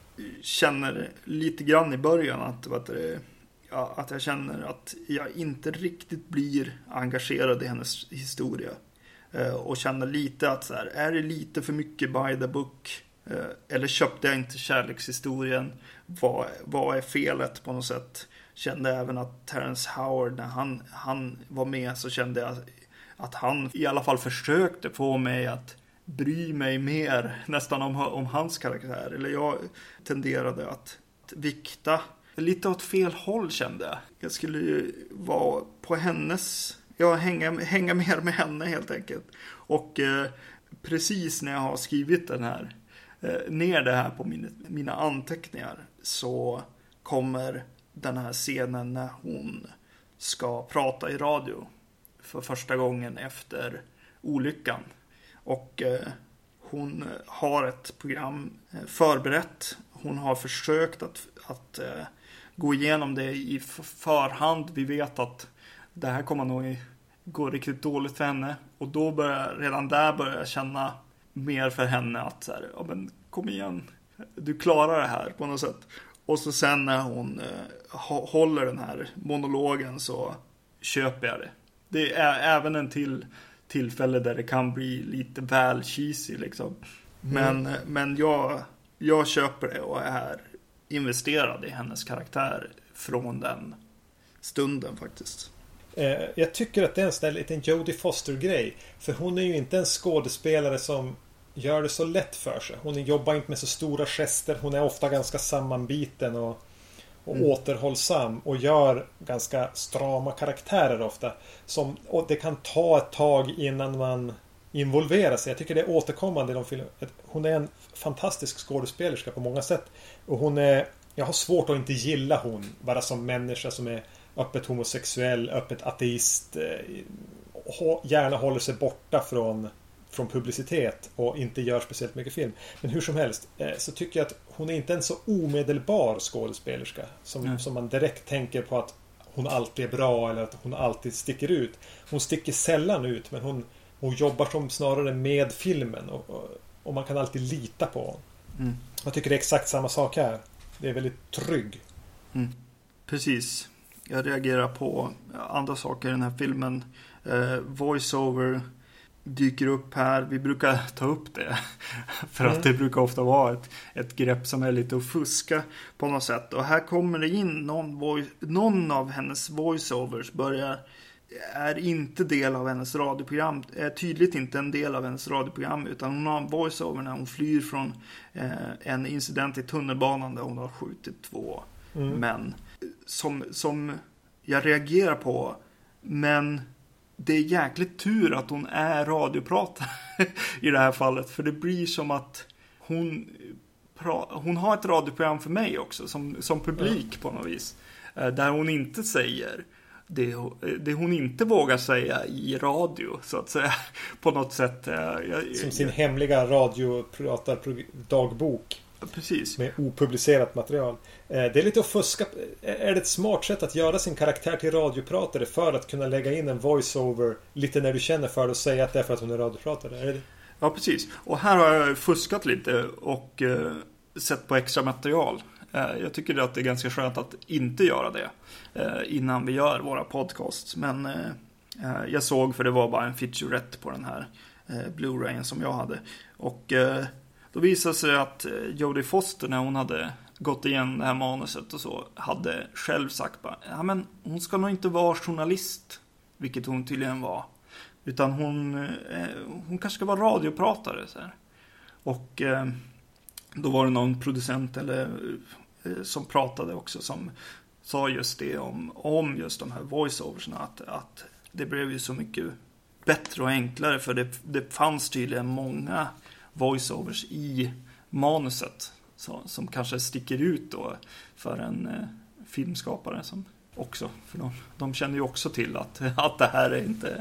känner lite grann i början att, att, ja, att jag känner att jag inte riktigt blir engagerad i hennes historia. Och känner lite att så här, är det lite för mycket by the book? Eller köpte jag inte kärlekshistorien? Vad, vad är felet på något sätt? Kände även att Terrence Howard, när han, han var med, så kände jag att han i alla fall försökte få mig att bry mig mer nästan om, om hans karaktär. Eller jag tenderade att, att vikta lite åt fel håll, kände jag. Jag skulle ju vara på hennes, ja, hänga, hänga mer med henne helt enkelt. Och eh, precis när jag har skrivit den här, eh, ner det här på min, mina anteckningar, så kommer den här scenen när hon ska prata i radio för första gången efter olyckan. Och eh, hon har ett program eh, förberett. Hon har försökt att, att eh, gå igenom det i förhand. Vi vet att det här kommer nog gå riktigt dåligt för henne. Och då börjar, redan där börjar jag känna mer för henne att så här, ja, men kom igen, du klarar det här på något sätt. Och så sen när hon eh, håller den här monologen så köper jag det. Det är även en till tillfälle där det kan bli lite väl cheesy liksom. Men, mm. men jag, jag köper det och är investerad i hennes karaktär från den stunden faktiskt. Eh, jag tycker att det är en sån där liten Jodie Foster-grej. För hon är ju inte en skådespelare som gör det så lätt för sig. Hon jobbar inte med så stora gester. Hon är ofta ganska sammanbiten och, och mm. återhållsam. Och gör ganska strama karaktärer ofta. Som, och det kan ta ett tag innan man involverar sig. Jag tycker det är återkommande i de filmerna. Hon är en fantastisk skådespelerska på många sätt. Och hon är... Jag har svårt att inte gilla hon. Bara som människa som är öppet homosexuell, öppet ateist. Gärna håller sig borta från... från publicitet och inte gör speciellt mycket film. Men hur som helst så tycker jag att hon är inte en så omedelbar skådespelerska som, mm. som man direkt tänker på att hon alltid är bra eller att hon alltid sticker ut. Hon sticker sällan ut, men hon, hon jobbar som snarare med filmen och, och, och man kan alltid lita på honom. Mm. Jag tycker det är exakt samma sak här. Det är väldigt trygg. Mm. Precis. Jag reagerar på andra saker i den här filmen. Eh, voiceover dyker upp här. Vi brukar ta upp det. För mm. att det brukar ofta vara ett, ett grepp som är lite att fuska på något sätt. Och här kommer det in någon, voice, någon av hennes voiceovers börjar är inte del av hennes radioprogram. Är tydligt inte en del av hennes radioprogram. Utan hon har en voiceover när hon flyr från eh, en incident i tunnelbanan där hon har skjutit två mm. män. Som, som jag reagerar på. Men det är jäkligt tur att hon är radiopratare i det här fallet. För det blir som att hon, pra- hon har ett radioprogram för mig också. Som, som publik mm. på något vis. Där hon inte säger det, det hon inte vågar säga i radio. Så att säga. På något sätt. Jag, som sin jag, hemliga radiopratardagbok. Precis. Med opublicerat material. Det är lite att fuska. Är det ett smart sätt att göra sin karaktär till radiopratare för att kunna lägga in en voiceover lite när du känner för det och säga att det är för att hon är radiopratare? Är det? Ja, precis. Och här har jag fuskat lite och eh, sett på extra material. Eh, jag tycker att det är ganska skönt att inte göra det eh, innan vi gör våra podcasts. Men eh, jag såg, för det var bara en featurette på den här eh, Blu-rayen som jag hade. Och eh, då visade sig att Jodie Foster, när hon hade gått igen det här manuset och så, hade själv sagt bara, ja men hon ska nog inte vara journalist, vilket hon tydligen var, utan hon, eh, hon kanske ska vara radiopratare så här. Och eh, då var det någon producent eller eh, som pratade också som sa just det om, om just de här voiceoversna, att, att det blev ju så mycket bättre och enklare, för det, det fanns tydligen många voiceovers i manuset så, som kanske sticker ut då för en eh, filmskapare som också, för de, de känner ju också till att, att det här är inte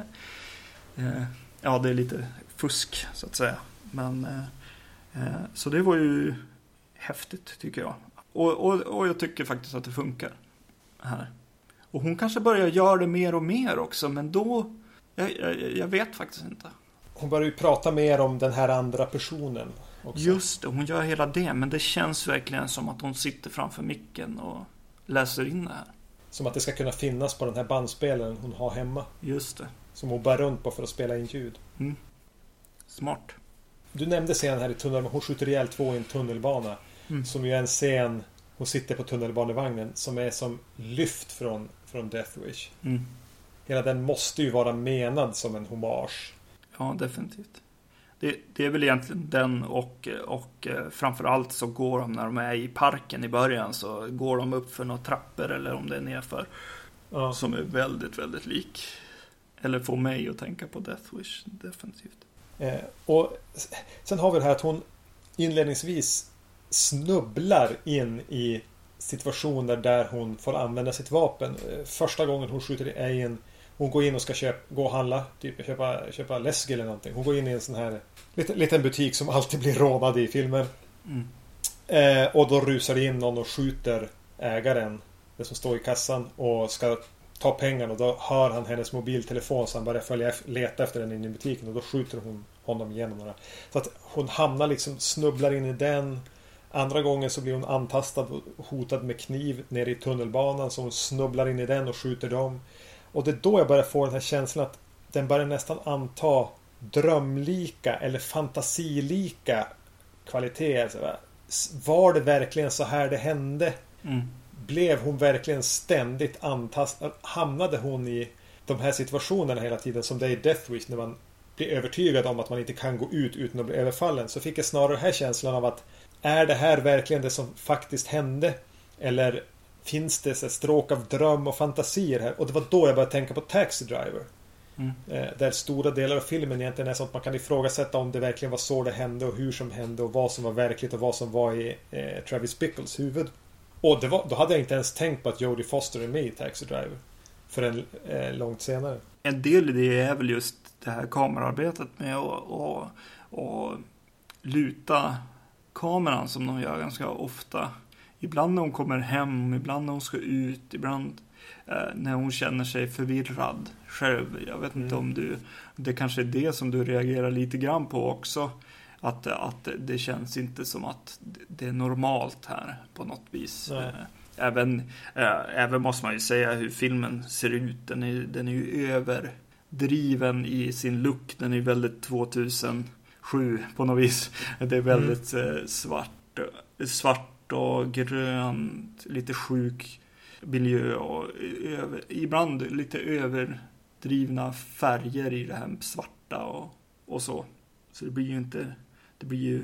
eh, ja, det är lite fusk så att säga, men eh, eh, så det var ju häftigt tycker jag, och, och, och jag tycker faktiskt att det funkar här, och hon kanske börjar göra det mer och mer också, men då jag, jag, jag vet faktiskt inte. Hon börjar ju prata mer om den här andra personen också. Just det, hon gör hela det. Men det känns verkligen som att hon sitter framför micken och läser in det här. Som att det ska kunna finnas på den här bandspelaren hon har hemma. Just det. Som hon bär runt på för att spela in ljud. Mm. Smart. Du nämnde scenen här i tunnelbanan. Hon skjuter ihjäl två i en tunnelbana. Mm. Som ju är en scen. Hon sitter på tunnelbanevagnen. Som är som lyft från, från Death Wish. Mm. Hela den måste ju vara menad som en hommage. Ja, definitivt. Det, det är väl egentligen den och, och framförallt så går de när de är i parken i början, så går de upp för några trappor eller om det är nerför. Ja. Som är väldigt, väldigt lik. Eller får mig att tänka på Death Wish, definitivt. Eh, och sen har vi det här att hon inledningsvis snubblar in i situationer där hon får använda sitt vapen. Första gången hon skjuter är i en... Hon går in och ska köpa, gå och handla, typ köpa, köpa läsk eller någonting. Hon går in i en sån här liten, liten butik som alltid blir rånad i filmer. Mm. Eh, och då rusar det in någon och skjuter ägaren, det som står i kassan, och ska ta pengarna. Och då hör han hennes mobiltelefon, så han börjar följa, leta efter den inne i butiken. Och då skjuter hon honom igenom några. Så att hon hamnar liksom, snubblar in i den. Andra gången så blir hon antastad och hotad med kniv nere i tunnelbanan. Så hon snubblar in i den och skjuter dem. Och det är då jag börjar få den här känslan att den börjar nästan anta drömlika eller fantasilika kvaliteter. Var det verkligen så här det hände? Mm. Blev hon verkligen ständigt antastad? Hamnade hon i de här situationerna hela tiden som det är i Death Wish, när man blir övertygad om att man inte kan gå ut utan att bli överfallen? Så fick jag snarare den här känslan av att är det här verkligen det som faktiskt hände? Eller finns det så stråk av dröm och fantasier här? Och det var då jag började tänka på Taxi Driver. Mm. Där stora delar av filmen egentligen är så att man kan ifrågasätta om det verkligen var så det hände och hur som hände och vad som var verkligt och vad som var i eh, Travis Bickles huvud. Och det var, då hade jag inte ens tänkt på att Jodie Foster är med i Taxi Driver förrän eh, långt senare. En del i det är väl just det här kamerarbetet med att och, och luta kameran som de gör ganska ofta. Ibland när hon kommer hem, ibland när hon ska ut, ibland eh, när hon känner sig förvirrad själv. Jag vet inte mm. om du, det kanske är det som du reagerar lite grann på också. Att, att det känns inte som att det är normalt här på något vis. Nej. Även, äh, även måste man ju säga hur filmen ser ut. Den är, den är ju överdriven i sin look. Den är väldigt tvåtusensju på något vis. Det är väldigt mm. eh, svart, svart och grönt. Lite sjuk miljö. Och över, ibland lite överdrivna färger i det här svarta och, och så. Så det blir ju inte... Det blir ju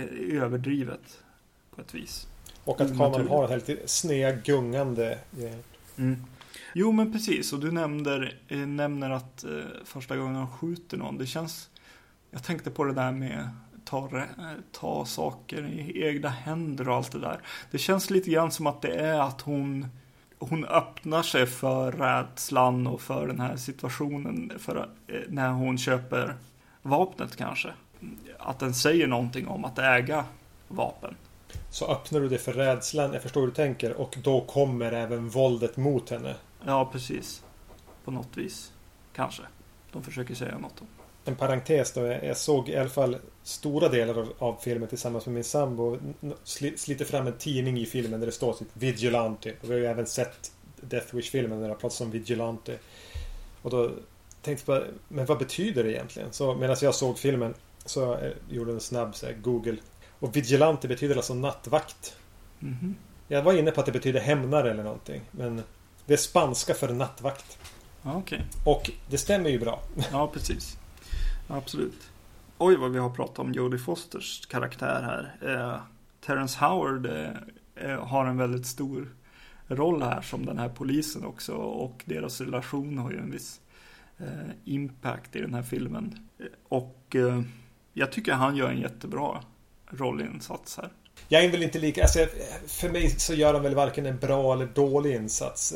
överdrivet på ett vis. Och att kameran har ett lite sned gungande. Mm. Jo, men precis. Och du nämner, eh, nämner att eh, första gången han skjuter någon. Det känns... Jag tänkte på det där med ta, ta saker i egna händer och allt det där. Det känns lite grann som att det är att hon... Hon öppnar sig för rädslan och för den här situationen. För, eh, när hon köper vapnet kanske. Att den säger någonting om att äga vapen. Så öppnar du det för rädslan, jag förstår hur du tänker, och då kommer även våldet mot henne. Ja, precis. På något vis. Kanske. De försöker säga något om. En parentes då, jag såg i alla fall stora delar av, av filmen tillsammans med min sambo. Sliter fram en tidning i filmen där det står typ Vigilante. Och vi har ju även sett Death Wish-filmen där det pratas om Vigilante. Och då tänkte jag, men vad betyder det egentligen? Så medan jag såg filmen så jag gjorde en snabb så här, Google. Och vigilante betyder alltså nattvakt. Mm-hmm. Jag var inne på att det betyder hämnare eller någonting. Men det är spanska för nattvakt. Ja, okej. Och det stämmer ju bra. Ja, precis. Absolut. Oj, vad vi har pratat om Jodie Fosters karaktär här. Eh, Terrence Howard eh, har en väldigt stor roll här som den här polisen också. Och deras relation har ju en viss eh, impact i den här filmen. Och eh, jag tycker han gör en jättebra rollinsats här. Jag är väl inte lika... Alltså, för mig så gör han väl varken en bra eller dålig insats.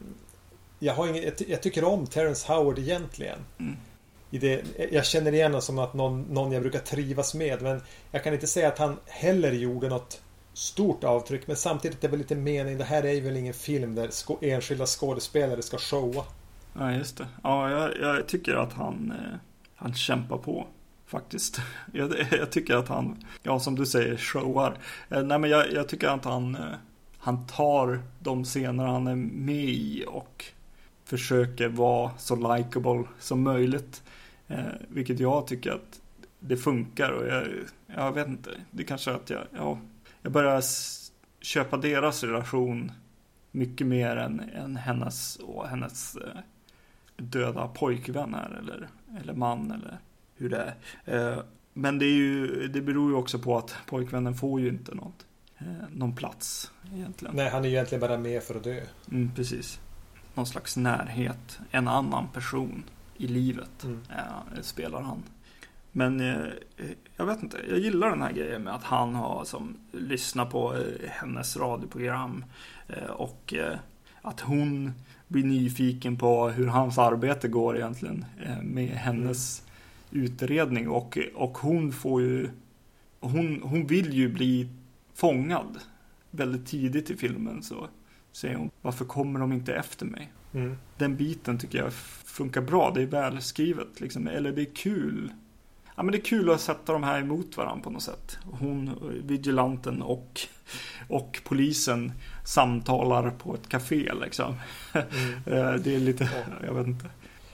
Jag, har ingen, jag tycker om Terrence Howard egentligen. Mm. I det, jag känner igen honom som att någon, någon jag brukar trivas med. Men jag kan inte säga att han heller gjorde något stort avtryck. Men samtidigt är det väl lite mening. Det här är väl ingen film där sko, enskilda skådespelare ska showa. Ja, just det. Ja, jag, jag tycker att han, eh, han kämpar på. Faktiskt. Jag, jag tycker att han, ja som du säger, showar. Eh, nej men jag, jag tycker att han, eh, han tar de scener han är med i och försöker vara så likable som möjligt. Eh, vilket jag tycker att det funkar. Och jag, jag vet inte, det kanske är att jag, ja, jag börjar s- köpa deras relation mycket mer än, än hennes och hennes eh, döda pojkvän här, eller, eller man, eller hur det är. Eh, men det är ju, det beror ju också på att pojkvännen får ju inte något, eh, någon plats egentligen. Nej, han är egentligen bara med för att dö. Mm, precis. Någon slags närhet, en annan person i livet mm. eh, spelar han. Men eh, jag vet inte, jag gillar den här grejen med att han har som lyssnar på eh, hennes radioprogram eh, och eh, att hon blir nyfiken på hur hans arbete går egentligen eh, med hennes mm. utredning och, och hon får ju hon, hon vill ju bli fångad väldigt tidigt i filmen, så säger hon, varför kommer de inte efter mig? Mm. Den biten tycker jag funkar bra, det är välskrivet liksom, eller det är kul. Ja, men det är kul att sätta de här emot varandra på något sätt. Hon, vigilanten och, och polisen samtalar på ett café liksom. Mm. Det är lite, jag vet inte.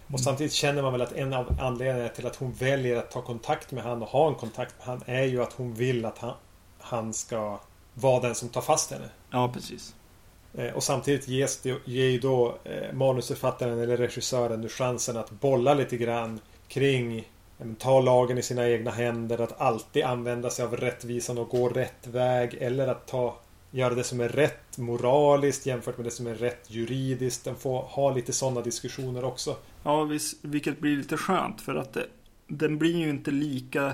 Och samtidigt känner man väl att en av anledningarna till att hon väljer att ta kontakt med han och ha en kontakt med han är ju att hon vill att han, han ska vara den som tar fast henne. Ja, precis. Eh, och samtidigt ges det, ger ju då eh, manusförfattaren eller regissören nu chansen att bolla lite grann kring eh, ta lagen i sina egna händer, att alltid använda sig av rättvisan och gå rätt väg, eller att ta göra det som är rätt moraliskt jämfört med det som är rätt juridiskt. Den får ha lite sådana diskussioner också. Ja, vis, vilket blir lite skönt för att det, den blir ju inte lika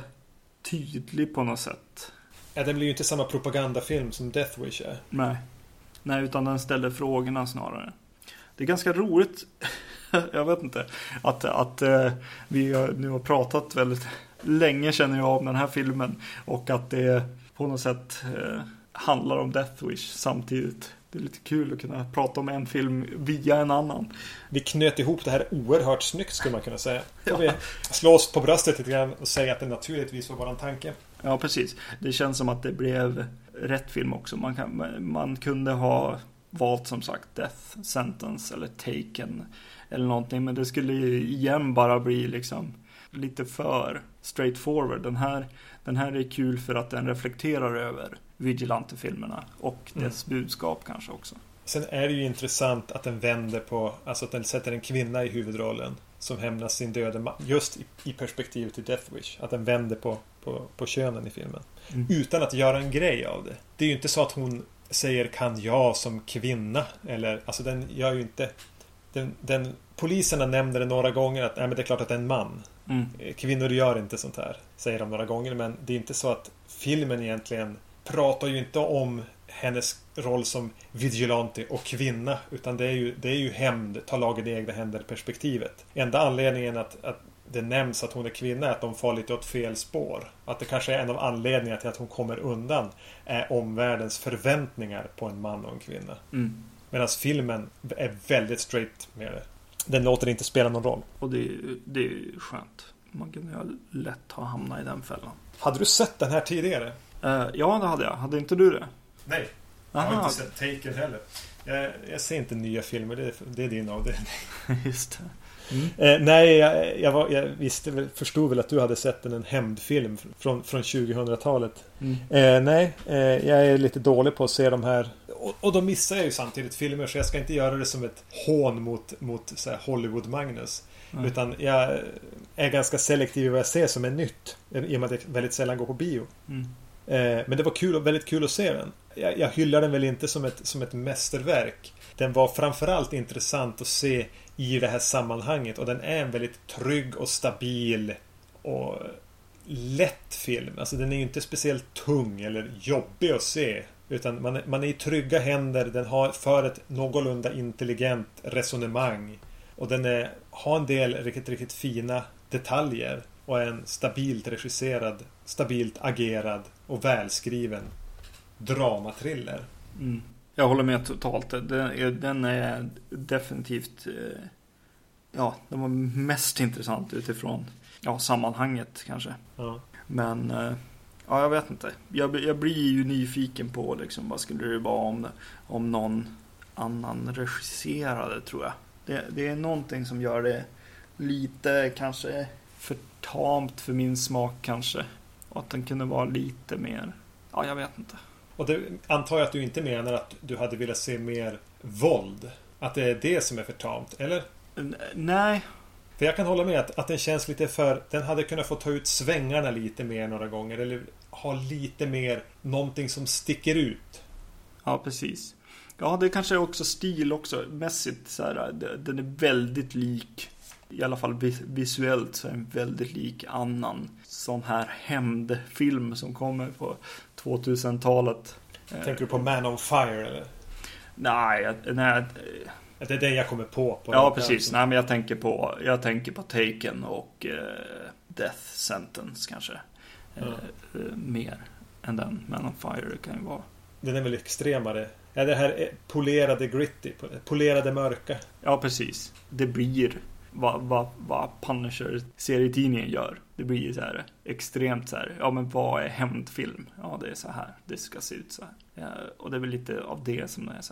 tydlig på något sätt. Ja, den blir ju inte samma propagandafilm som Death Wish är. Nej. Nej, utan den ställer frågorna snarare. Det är ganska roligt, jag vet inte, att, att eh, vi nu har pratat väldigt länge, känner jag, om den här filmen. Och att det på något sätt eh, handlar om Death Wish samtidigt. Det är lite kul att kunna prata om en film via en annan. Vi knöt ihop det här oerhört snyggt, skulle man kunna säga. Ja. Vi slå oss på bröstet lite grann och säga att det naturligtvis var våran tanke. Ja, precis. Det känns som att det blev rätt film också. Man, kan, man kunde ha valt som sagt Death Sentence eller Taken eller någonting. Men det skulle igen bara bli liksom lite för straightforward. Den här, den här är kul för att den reflekterar över vigilante-filmerna och dess mm. budskap kanske också. Sen är det ju intressant att den vänder på, alltså att den sätter en kvinna i huvudrollen som hämnar sin döde man, just i, i perspektiv till Death Wish. Att den vänder på, på, på könen i filmen. Mm. Utan att göra en grej av det. Det är ju inte så att hon säger kan jag som kvinna, eller, alltså den gör ju inte den, den poliserna nämner det några gånger att nej, men det är klart att det är en man. Mm. Kvinnor gör inte sånt här, säger de några gånger, men det är inte så att filmen egentligen pratar ju inte om hennes roll som vigilante och kvinna, utan det är ju, det är ju hämnd, ta lagen i egna händer perspektivet. Enda anledningen att, att det nämns att hon är kvinna är att de får lite åt fel spår. Att det kanske är en av anledningarna till att hon kommer undan är omvärldens förväntningar på en man och en kvinna. Mm. Medan filmen är väldigt straight med det. Den låter inte spela någon roll. Och det, det är skönt. Man kan ju lätt ha hamnat i den fällan. Hade du sett den här tidigare? Uh, ja, det hade jag. Hade inte du det? Nej, jag har inte sett Taken heller. Jag, jag ser inte nya filmer, det är, det är din avdelning. Just det. Mm. Eh, nej, jag, jag, var, jag visste väl, förstod väl att du hade sett en, en hämndfilm från, från tjugohundratalet. Mm. Eh, nej, eh, jag är lite dålig på att se de här. Och, och då missar jag ju samtidigt filmer, så jag ska inte göra det som ett hån mot, mot så här Hollywood-Magnus. Mm. Utan jag är ganska selektiv i vad jag ser som är nytt, i och med att jag väldigt sällan går på bio. Mm. Eh, men det var kul, väldigt kul att se den. Jag, jag hyllar den väl inte som ett, som ett mästerverk. Den var framförallt intressant att se i det här sammanhanget, och den är en väldigt trygg och stabil och lätt film. Alltså den är ju inte speciellt tung eller jobbig att se, utan man är, man är i trygga händer. Den har för ett någorlunda intelligent resonemang, och den är, har en del riktigt, riktigt fina detaljer och är en stabilt regisserad, stabilt agerad och välskriven dramatriller. Mm. Jag håller med totalt. Den är, den är definitivt ja, den var mest intressant utifrån ja, sammanhanget kanske. Ja. Men ja, jag vet inte. Jag, jag blir ju nyfiken på liksom, vad skulle det vara om, om någon annan regisserade, tror jag. Det, det är någonting som gör det lite kanske för tamt för min smak kanske. Och att den kunde vara lite mer, ja, jag vet inte. Och det antar jag att du inte menar att du hade velat se mer våld. Att det är det som är för tamt, eller? N- nej. För jag kan hålla med att, att den känns lite för... Den hade kunnat få ta ut svängarna lite mer några gånger. Eller ha lite mer någonting som sticker ut. Ja, precis. Ja, det kanske är också stil också. Mässigt så här, den är väldigt lik... I alla fall visuellt så är den väldigt lik annan sån här hämndfilm som kommer på tvåtusentalet. Tänker du på Man on Fire eller? Nej, nej. Det är det jag kommer på. på ja, precis. Nej, men jag tänker på jag tänker på Taken och eh, Death Sentence kanske. Mm. Eh, mer än den Man on Fire kan ju vara. Den är väl extremare. Ja, det här polerade gritty, polerade mörka. Ja, precis. Det blir vad, vad, vad Punisher-serietidningen gör. Det blir så här extremt så här. Ja, men vad är hämndfilm? Ja, det är så här. Det ska se ut så här. Ja, och det är väl lite av det som det är så här.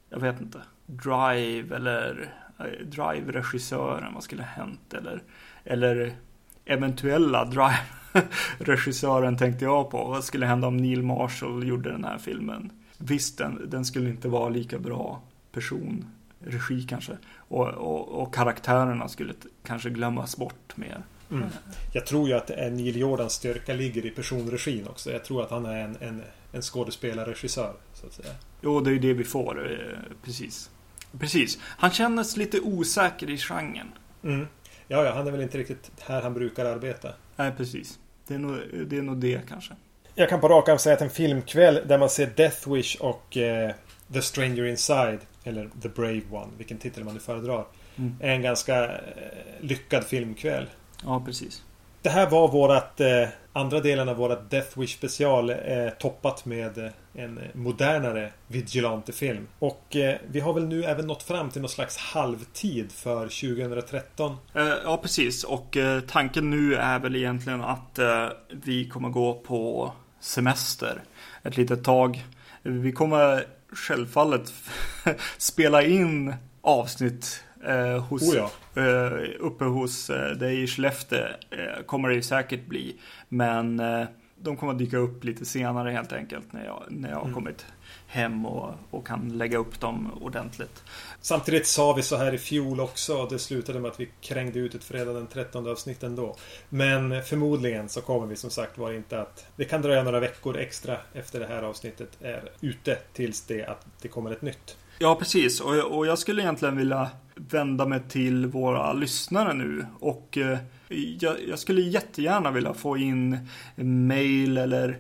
jag vet inte, Drive eller eh, Drive-regissören, vad skulle ha hänt? Eller, eller eventuella Drive-regissören tänkte jag på. Vad skulle hända om Neil Marshall gjorde den här filmen? Visst, den, den skulle inte vara lika bra person, regi kanske. Och, och, och karaktärerna skulle t- kanske glömmas bort mer. Mm. Jag tror ju att Neil Jordans styrka ligger i personregin också. Jag tror att han är en, en, en skådespelarregissör, så att säga. Jo, det är ju det vi får, eh, precis. Precis. Han kändes lite osäker i genren. Mm. Ja, ja, han är väl inte riktigt här han brukar arbeta. Nej, precis. Det är nog det, är nog det kanske. Jag kan på rak arm säga att en filmkväll där man ser Death Wish och eh, The Stranger Inside, eller The Brave One, vilken titel man nu föredrar, mm. är en ganska eh, lyckad filmkväll. Ja, precis. Det här var vårat eh, andra delen av vårat Death Wish special, eh, toppat med eh, en modernare vigilante-film. Och eh, vi har väl nu även nått fram till någon slags halvtid för tjugohundratretton. Eh, ja, precis. Och eh, tanken nu är väl egentligen att eh, vi kommer gå på semester ett litet tag. Vi kommer självfallet spela in avsnitt Eh, hos, oh ja. eh, uppe hos eh, dig i Skellefteå eh, kommer det ju säkert bli, men eh, de kommer att dyka upp lite senare helt enkelt när jag, när jag har mm. kommit hem och, och kan lägga upp dem ordentligt. Samtidigt sa vi så här i fjol också, och det slutade med att vi krängde ut ett fredag den trettonde avsnitt ändå. Men förmodligen så kommer vi som sagt var inte att det kan dröja några veckor extra efter det här avsnittet är ute tills det att det kommer ett nytt. Ja, precis. Och, och jag skulle egentligen vilja vända mig till våra lyssnare nu. Och eh, jag, jag skulle jättegärna vilja få in mail eller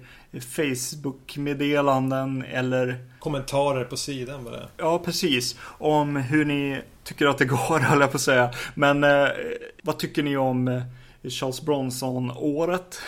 Facebook-meddelanden eller kommentarer på sidan bara. Ja, precis. Om hur ni tycker att det går, höll jag på att säga. Men eh, vad tycker ni om eh, Charles Bronson-året?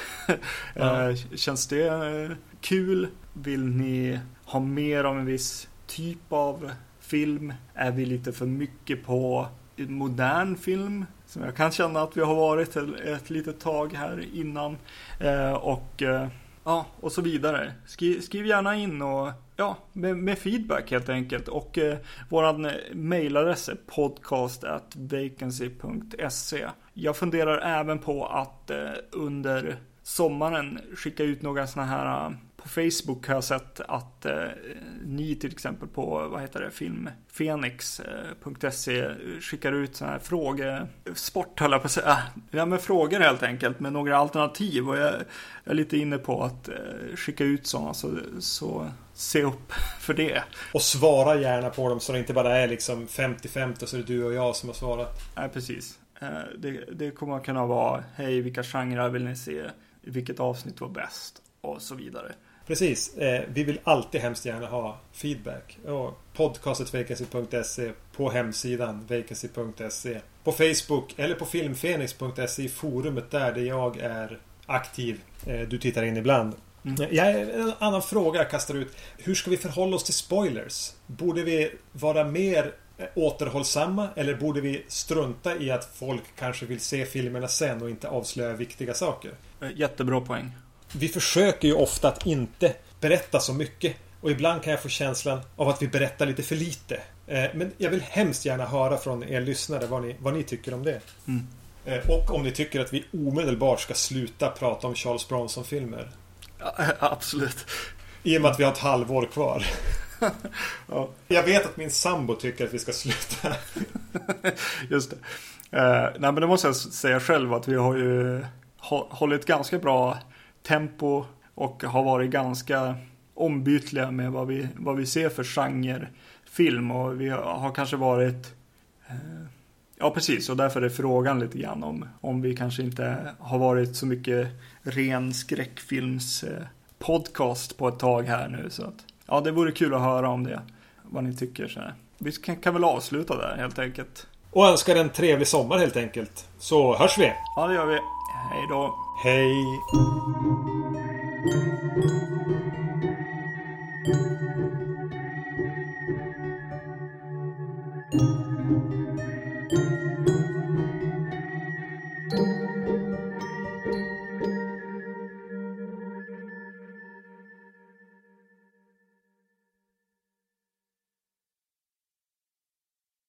Ja. eh, känns det eh, kul? Vill ni ha mer av en viss typ av film? Är vi lite för mycket på modern film? Som jag kan känna att vi har varit ett, ett litet tag här innan. Eh, och eh, ja, och så vidare. Skriv, skriv gärna in och ja, med, med feedback helt enkelt. Och eh, våran mailadress är podcast at vacancy punkt se. Jag funderar även på att eh, under sommaren skicka ut några såna här. På Facebook har jag sett att eh, ni till exempel på, vad heter det, filmfenix punkt se skickar ut såna här frågor, sport höll jag på att säga, ja, med frågor helt enkelt med några alternativ, och jag är lite inne på att eh, skicka ut sådana, så, så se upp för det. Och svara gärna på dem så det inte bara är liksom femtio femtio så är det du och jag som har svarat. Nej, precis. Eh, det, det kommer att kunna vara, hej, vilka genrer vill ni se, vilket avsnitt var bäst och så vidare. Precis, eh, vi vill alltid hemskt gärna ha feedback. Och podcastet vacancy punkt se på hemsidan vacancy punkt se, på Facebook eller på filmfenix punkt se i forumet där, där jag är aktiv. Eh, du tittar in ibland. Mm. Jag, en annan fråga jag kastar ut. Hur ska vi förhålla oss till spoilers? Borde vi vara mer återhållsamma eller borde vi strunta i att folk kanske vill se filmerna sen och inte avslöja viktiga saker? Jättebra poäng. Vi försöker ju ofta att inte berätta så mycket. Och ibland kan jag få känslan av att vi berättar lite för lite. Men jag vill hemskt gärna höra från er lyssnare vad ni, vad ni tycker om det. Mm. Och om ni tycker att vi omedelbart ska sluta prata om Charles Bronson-filmer. Ja, absolut. I och med att vi har ett halvår kvar. Ja. Jag vet att min sambo tycker att vi ska sluta. Just det. Uh, nej, men det måste jag säga själv att vi har ju hållit ganska bra tempo och har varit ganska ombytliga med vad vi, vad vi ser för genre film, och vi har kanske varit eh, ja precis, och därför är frågan lite grann om, om vi kanske inte har varit så mycket ren skräckfilms eh, podcast på ett tag här nu, så att ja, det vore kul att höra om det, vad ni tycker. Så vi kan, kan väl avsluta där helt enkelt. Och önskar en trevlig sommar helt enkelt. Så hörs vi. Ja, det gör vi. Hej då. Hej. Thank you.